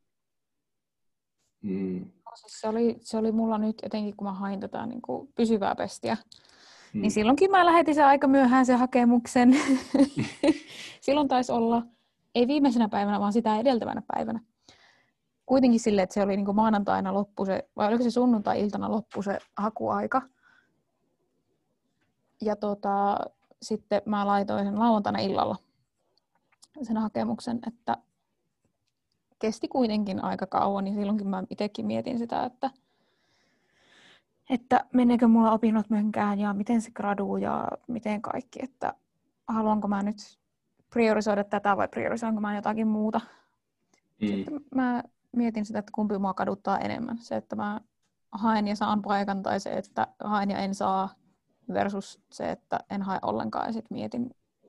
Se oli mulla nyt, etenkin kun mä hain tätä niin kuin pysyvää pestiä, niin silloinkin mä lähetin sen aika myöhään sen hakemuksen. Silloin taisi olla, ei viimeisenä päivänä, vaan sitä edeltävänä päivänä. Kuitenkin silleen, että se oli niin kuin maanantaina loppu se, vai oliko se sunnuntai-iltana loppu se hakuaika. Ja sitten mä laitoin sen lauantaina illalla sen hakemuksen, että kesti kuitenkin aika kauan, niin silloinkin mä itsekin mietin sitä, että meneekö mulla opinnot mönkään ja miten se graduu ja miten kaikki, että haluanko mä nyt priorisoida tätä vai priorisoinko mä jotakin muuta. Sitten mä mietin sitä, että kumpi mua kaduttaa enemmän. Se, että mä haen ja saan paikan tai se, että haen ja en saa versus se, että en hae ollenkaan ja sitten mietin.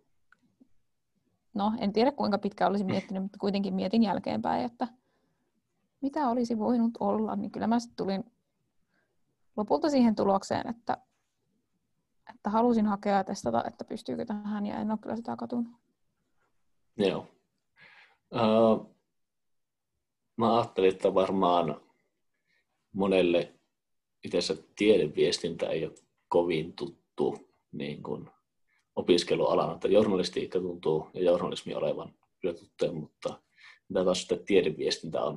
No, en tiedä kuinka pitkään olisin miettinyt, mutta kuitenkin mietin jälkeenpäin, että mitä olisi voinut olla. Niin kyllä mä sitten tulin lopulta siihen tulokseen, että halusin hakea ja testata, että pystyykö tähän ja en ole kyllä sitä katunut. Joo. Mä ajattelin, että varmaan monelle itse asiassa tiedeviestintä ei ole kovin tuttu niin kuin opiskelualana, että journalistiikka tuntuu ja journalismi olevan kyllä tuttuja, mutta mitä taas sitten tiedeviestintä on?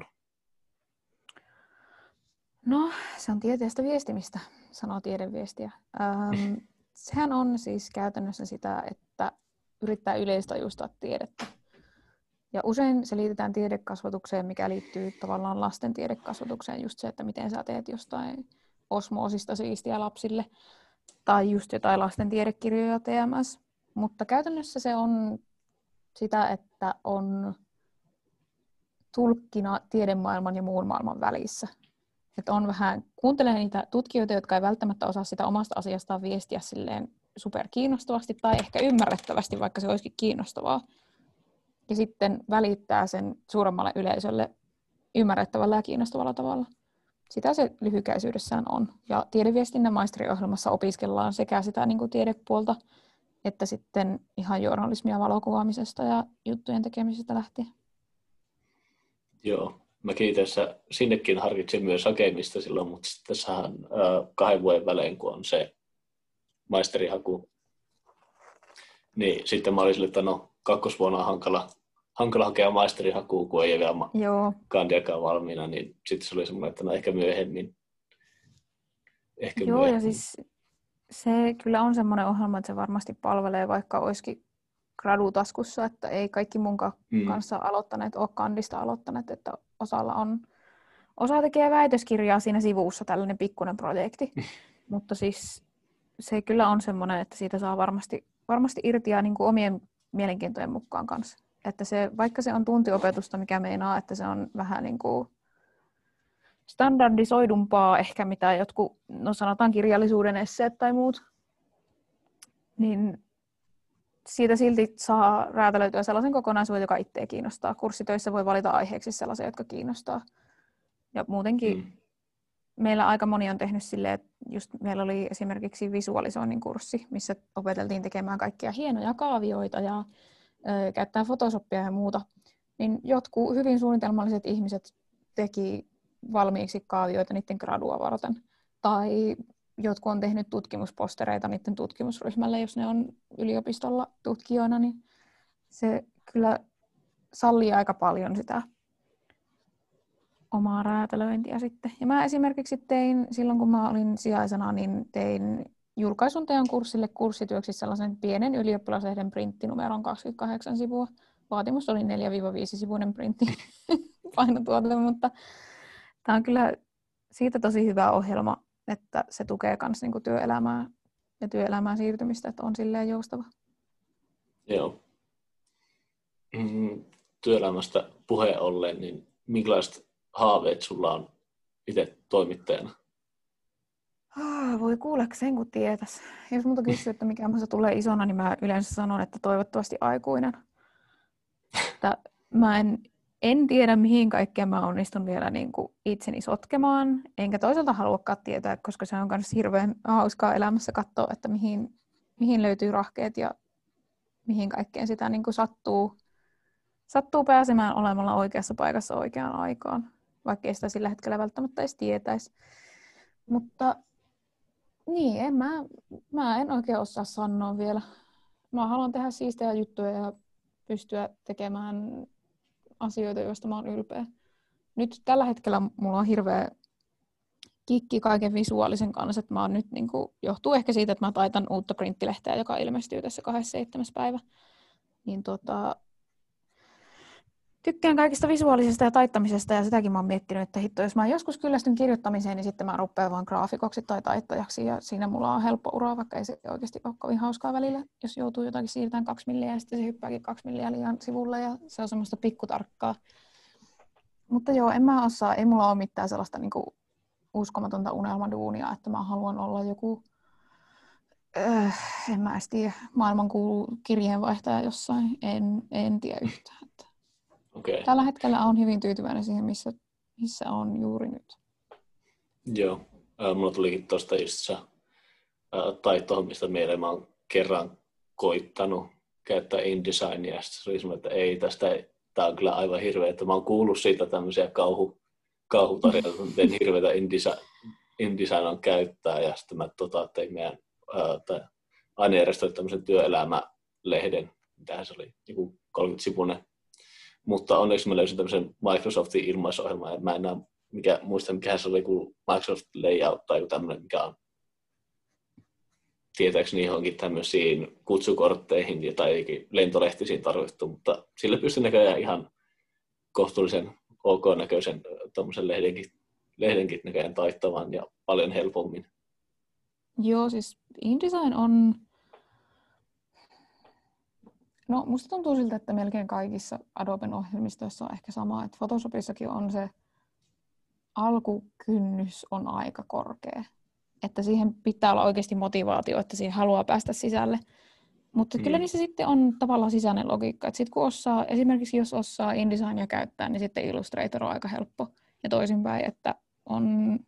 No, se on tieteestä viestimistä, sanoo tiedeviestiä. Sehän on siis käytännössä sitä, että yrittää yleistajuistaa tiedettä. Ja usein se liitetään tiedekasvatukseen, mikä liittyy tavallaan lasten tiedekasvatukseen, just se, että miten sä teet jostain osmoosista siistiä lapsille, tai just jotain lasten tiedekirjoja TMS. Mutta käytännössä se on sitä, että on tulkkina tiedemaailman ja muun maailman välissä. Että on vähän, kuuntelee niitä tutkijoita, jotka ei välttämättä osaa sitä omasta asiastaan viestiä silleen superkiinnostavasti tai ehkä ymmärrettävästi, vaikka se olisikin kiinnostavaa. Ja sitten välittää sen suuremmalle yleisölle ymmärrettävällä ja kiinnostavalla tavalla. Sitä se lyhykäisyydessään on. Ja tiedeviestinnän maisteriohjelmassa opiskellaan sekä sitä niin kuin tiedepuolta, että sitten ihan journalismia valokuvaamisesta ja juttujen tekemisestä lähtien. Joo. Mäkin tässä sinnekin harkitsin myös hakemista silloin, mutta tässähän 2 vuoden välein, kun on se maisterihaku, niin sitten mä olin sille, että no 2. vuonna on hankala hakea maisterihakuun, kun ei vielä kandiakaan valmiina, niin sitten se oli semmoinen, että no ehkä myöhemmin. Joo, ja siis se kyllä on semmoinen ohjelma, että se varmasti palvelee, vaikka olisikin gradutaskussa, että ei kaikki mun kanssa aloittaneet ole kandista aloittaneet, että osa tekee väitöskirjaa siinä sivussa, tällainen pikkuinen projekti, mutta siis se kyllä on semmoinen, että siitä saa varmasti irti ja niin kuin omien mielenkiintojen mukaan kanssa. Että se, vaikka se on tuntiopetusta, mikä meinaa, että se on vähän niin kuin standardisoidumpaa ehkä, mitä jotkut, no sanotaan kirjallisuuden esseet tai muut, niin siitä silti saa räätälöityä sellaisen kokonaisuuden, joka itseä kiinnostaa. Kurssitöissä voi valita aiheeksi sellaisia, jotka kiinnostaa. Ja muutenkin meillä aika moni on tehnyt silleen, että just meillä oli esimerkiksi visualisoinnin kurssi, missä opeteltiin tekemään kaikkia hienoja kaavioita ja käyttää Photoshopia ja muuta. Niin jotkut hyvin suunnitelmalliset ihmiset teki valmiiksi kaavioita niiden gradua varten. Tai jotkut on tehnyt tutkimuspostereita niiden tutkimusryhmälle, jos ne on yliopistolla tutkijoina, niin se kyllä sallii aika paljon sitä omaa räätälöintiä sitten. Ja mä esimerkiksi tein, silloin kun mä olin sijaisena, niin tein julkaisun teon kurssille kurssityöksi sellaisen pienen ylioppilaslehden printtinumeron 28 sivua. Vaatimus oli 4-5-sivuinen printti painotuote, mutta tämä on kyllä siitä tosi hyvä ohjelma, että se tukee myös niinku työelämää ja työelämään siirtymistä, että on silleen joustava. Joo. Työelämästä puheen ollen, niin minkälaiset haaveet sulla on itse toimittajana? Voi kuulla sen, kun tietäisi. Jos multa kysyy, että mikä musta tulee isona, niin mä yleensä sanon, että toivottavasti aikuinen. Että mä en tiedä, mihin kaikkeen mä onnistun vielä niin kuin itseni sotkemaan. Enkä toisaalta haluakaan tietää, koska se on myös hirveän hauskaa elämässä katsoa, että mihin löytyy rahkeet ja mihin kaikkeen sitä niin kuin sattuu pääsemään olemalla oikeassa paikassa oikeaan aikaan. Vaikka ei sitä sillä hetkellä välttämättä edes tietäisi. Mutta niin, mä en oikein osaa sanoa vielä. Mä haluan tehdä siistejä juttuja ja pystyä tekemään asioita, joista mä oon ylpeä. Nyt tällä hetkellä mulla on hirveä kikki kaiken visuaalisen kanssa. Että mä oon nyt, niin kuin, johtuu ehkä siitä, että mä taitan uutta printtilehteä, joka ilmestyy tässä 27. päivä. Niin tykkään kaikista visuaalisesta ja taittamisesta ja sitäkin mä oon miettinyt, että hitto, jos mä joskus kyllästyn kirjoittamiseen, niin sitten mä rupean vaan graafikoksi tai taittajaksi ja siinä mulla on helppo ura, vaikka ei se oikeasti ole kovin hauskaa välillä, jos joutuu jotakin siirtämään 2 milliä ja sitten se hyppääkin 2 milliä liian sivulle ja se on semmoista pikkutarkkaa. Mutta joo, en mä osaa, ei mulla ole mitään sellaista niinku uskomatonta unelmaduunia, että mä haluan olla joku, en mä edes tiedä, maailmankuulu kirjeenvaihtaja jossain, en tiedä yhtään. Okay. Tällä hetkellä on hyvin tyytyväinen siihen, missä on juuri nyt. Joo. Mulla tulikin tuosta just se taittohommista mieleen. Mä oon kerran koittanut käyttää InDesignia ja sitten se oli semmoinen, että tää on kyllä aivan hirveä, että mä oon kuullut siitä tämmöisiä kauhutarjoita, miten hirveätä InDesign on käyttää ja sitten mä tein meidän ainejärjestölle tämmöisen työelämälehden, mitähän se oli, niin 30-sivuinen. Mutta onneksi mä löysin tämmöisen Microsoftin ilmaisohjelman, ja mä en enää muista, mikä se oli, kun Microsoft Layout tai joku tämmöinen, mikä on tietääkseni johonkin tämmöisiin kutsukortteihin tai lentolehtisiin tarvittu, mutta sillä pystyi näköjään ihan kohtuullisen ok-näköisen tommosen lehdenkin näköjään taittamaan ja paljon helpommin. Joo, siis InDesign on... No, musta tuntuu siltä, että melkein kaikissa Adoben ohjelmistoissa on ehkä sama, että Photoshopissakin on se alkukynnys on aika korkea. Että siihen pitää olla oikeasti motivaatio, että siihen haluaa päästä sisälle. Mutta kyllä niissä sitten on tavallaan sisäinen logiikka. Että sitten kun esimerkiksi jos osaa InDesignia käyttää, niin sitten Illustrator on aika helppo. Ja toisinpäin, että on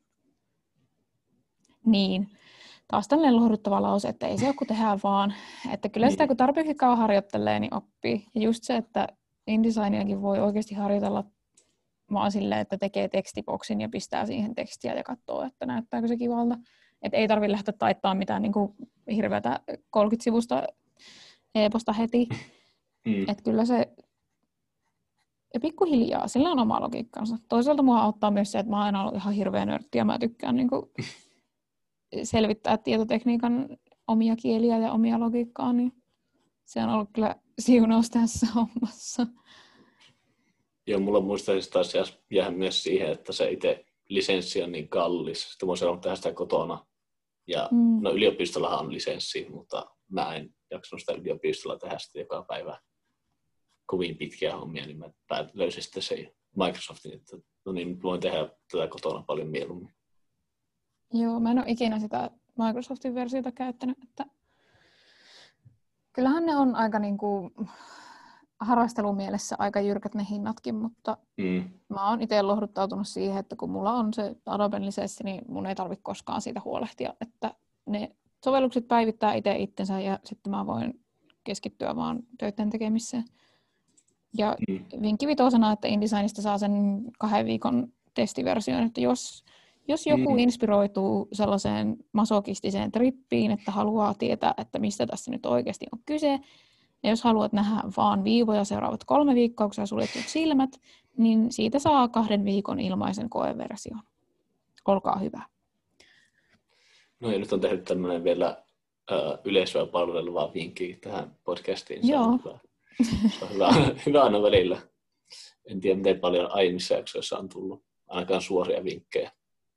niin. Taas tällainen lohduttava lause, että ei se ole kun tehdään vaan. Että kyllä sitä kun tarpeeksi kauan harjoittelee, niin oppii. Ja just se, että InDesigniakin voi oikeasti harjoitella vaan silleen, että tekee tekstiboksin ja pistää siihen tekstiä ja katsoo, että näyttääkö se kivalta. Että ei tarvitse lähteä taittamaan mitään niin kuin hirveätä 30-sivusta e-posta heti. Että kyllä se ja pikkuhiljaa, sillä on oma logiikkansa. Toisaalta mua auttaa myös se, että mä oon aina ollut ihan hirveä nörtti ja mä tykkään niin kuin selvittää tietotekniikan omia kieliä ja omia logiikkaa, niin se on ollut kyllä siunaus tässä hommassa. Joo, mulla muistaisin taas jäädä myös siihen, että se itse lisenssi on niin kallis. Sitten voisi olla tehdä sitä kotona. Ja no yliopistollahan on lisenssi, mutta mä en jaksanut sitä yliopistolla tehdä sitä joka päivä kovin pitkiä hommia, niin mä löysin sitten se Microsoftin, että no niin, nyt voin tehdä tätä kotona paljon mieluummin. Joo, mä en ole ikinä sitä Microsoftin versiota käyttänyt, että kyllähän ne on aika niinku harrastelumielessä aika jyrkät ne hinnatkin, mutta mä oon itse lohduttautunut siihen, että kun mulla on se Adoben lisenssi, niin mun ei tarvitse koskaan siitä huolehtia, että ne sovellukset päivittää itse itsensä ja sitten mä voin keskittyä vaan töiden tekemiseen. Ja vinkki vitosena, että InDesignista saa sen 2 viikon testiversion, että jos Jos joku inspiroituu sellaiseen masokistiseen trippiin, että haluaa tietää, että mistä tässä nyt oikeasti on kyse, ja jos haluat nähdä vaan viivoja seuraavat 3 viikkoa, kun sä suljetut silmät, niin siitä saa 2 viikon ilmaisen koeversion. Olkaa hyvä. No ja nyt on tehnyt tämmöinen vielä yleisöä palveleva vinkki tähän podcastiin. Joo. Se on hyvä aina välillä. En tiedä, miten paljon aiemmissa jaksoissa on tullut ainakaan suoria vinkkejä.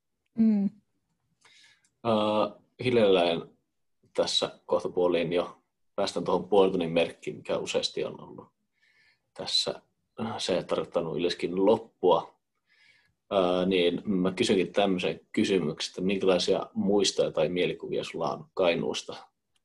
Hiljalleen tässä kohtapuoliin jo päästään tuohon puolen tunnin merkkiin, mikä useasti on ollut tässä. Se ei tarkoittanut ylöskin loppua. Niin mä kysynkin tämmöisen kysymyksen, että minkälaisia muistoja tai mielikuvia sulla on Kainuusta?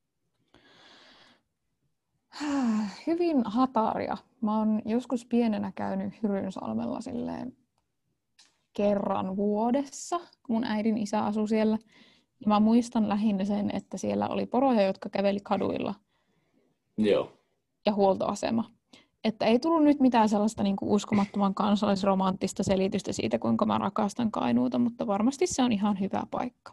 Hyvin hataria. Mä oon joskus pienenä käynyt Hyrynsalmella silleen kerran vuodessa, kun mun äidin isä asui siellä. Ja mä muistan lähinnä sen, että siellä oli poroja, jotka käveli kaduilla. Joo. Ja huoltoasema. Että ei tullut nyt mitään sellaista niin kuin uskomattoman kansallisromanttista selitystä siitä, kuinka mä rakastan Kainuuta, mutta varmasti se on ihan hyvä paikka.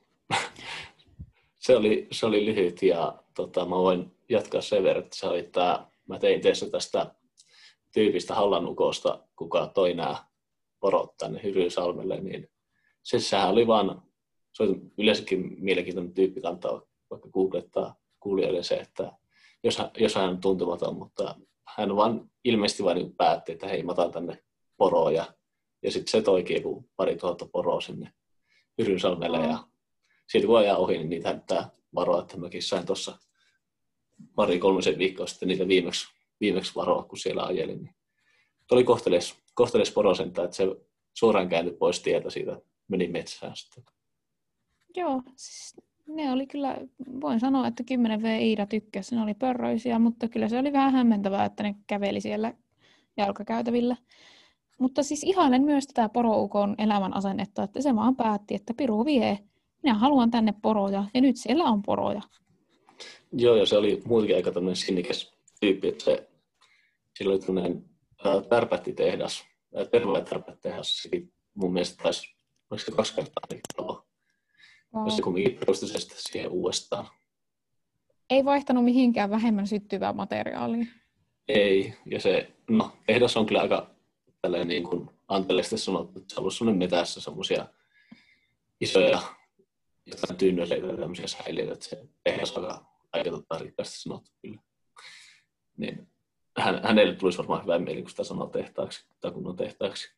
Se oli lyhyt ja mä voin jatkaa sen verran, että mä tein tästä tyypistä Hallanukosta, kuka toi nämä porot tänne Hyrynsalmelle, niin sehän oli vaan, se oli yleensäkin mielenkiintoinen tyyppi kantaa vaikka googlettaa kuulijoille se, että jos hän on tuntematon, mutta hän vaan ilmeisesti vain päätti, että hei, mä otan tänne poroja. Ja sitten se toikin joku 2000 poroa sinne Hyrynsalmelle. Ja siitä kun ajaa ohi, niin niitä hättää varoa, että mäkin sain tuossa 2-3 viikkoa sitten niitä viimeksi varoa, kun siellä ajelin. Niin oli kohteles porosenta, että se suoraan kääntyi pois tietä siitä, meni metsään sitten. Joo, siis ne oli kyllä, voin sanoa, että 10V Iida tykkäsi. Ne oli pörröisiä, mutta kyllä se oli vähän hämmentävää, että ne käveli siellä jalkakäytävillä. Mutta siis ihailen myös tätä poroukon elämän asennetta, että se vaan päätti, että piru vie. Minä haluan tänne poroja, ja nyt siellä on poroja. Joo, ja se oli muutenkin aika tämmöinen sinnikäs tyyppi, että sillä oli tämmöinen tärpättitehdas, terveetärpättitehdas, sekin mun mielestä taisi, oliko se 2 kertaa talo. Wow. Ja se kumminkin perustui se sitten siihen uudestaan. Ei vaihtanut mihinkään vähemmän syttyvää materiaalia. Ei, ja se, tehdas on kyllä aika tälleen niin kuin anteliasti sanottu, että se on ollut sellainen metässä semmoisia isoja jotain tynnöleitä ja tämmöisiä säiliöitä, että se tehdas on aika rikkaasti sanottu kyllä. Niin hänelle tulisi varmaan hyvä mieli, kun sitä sanoo tehtaaksi tai kun on tehtaaksi.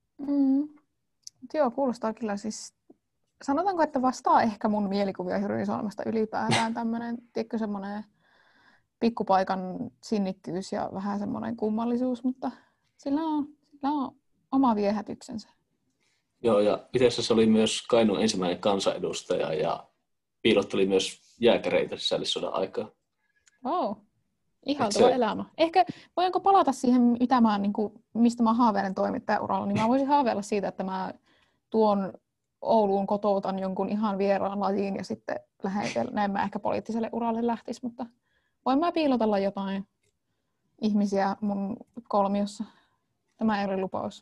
Joo, kuulostaa kyllä siis. Sanotaanko, että vastaa ehkä mun mielikuvia Hyrynsalmesta ylipäätään tämmöinen, tiedätkö, semmoinen pikkupaikan sinnikkyys ja vähän semmoinen kummallisuus, mutta sillä on oma viehätyksensä. Joo, ja itse asiassa oli myös Kainuun ensimmäinen kansanedustaja ja piilotteli myös jääkäreitä sisällissodan aikaa. Oh, ihaltava elämä. Ehkä voinko palata siihen ytämään, niin kuin, mistä mä haaveilen toimittajauralla, niin mä voisin haaveilla siitä, että mä tuon Ouluun kotoutan jonkun ihan vieraan lajiin ja sitten näin mä ehkä poliittiselle uralle lähtisi, mutta voin mä piilotella jotain ihmisiä mun kolmiossa. Tämä ei ole lupaus.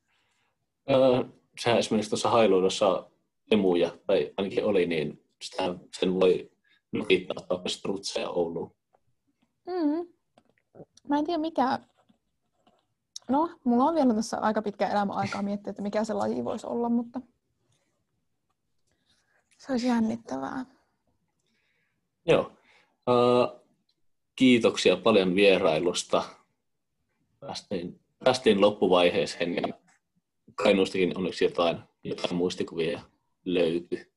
Sehän esimerkiksi tuossa Hailuodossa emuja, tai ainakin oli, niin sen voi nokittaa vaikka strutseja Ouluun. Mä en tiedä mikä. No, mulla on vielä tässä aika pitkä elämäaikaa miettiä, että mikä se laji voisi olla, mutta se olisi jännittävää. Joo. Kiitoksia paljon vierailusta. Päästiin loppuvaiheeseen ja Kainuustakin onneksi jotain muistikuvia löytyi.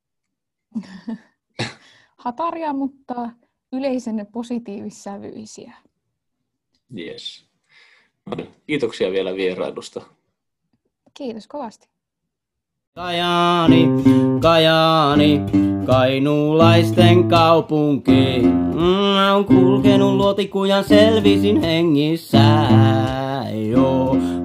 Hataria, mutta yleisen positiivissävyisiä. Yes. Kiitoksia vielä vierailusta. Kiitos kovasti. Kajaani, Kajaani, kainuulaisten kaupunki. On kulkenut luotikujan selvisin hengissä. Joo.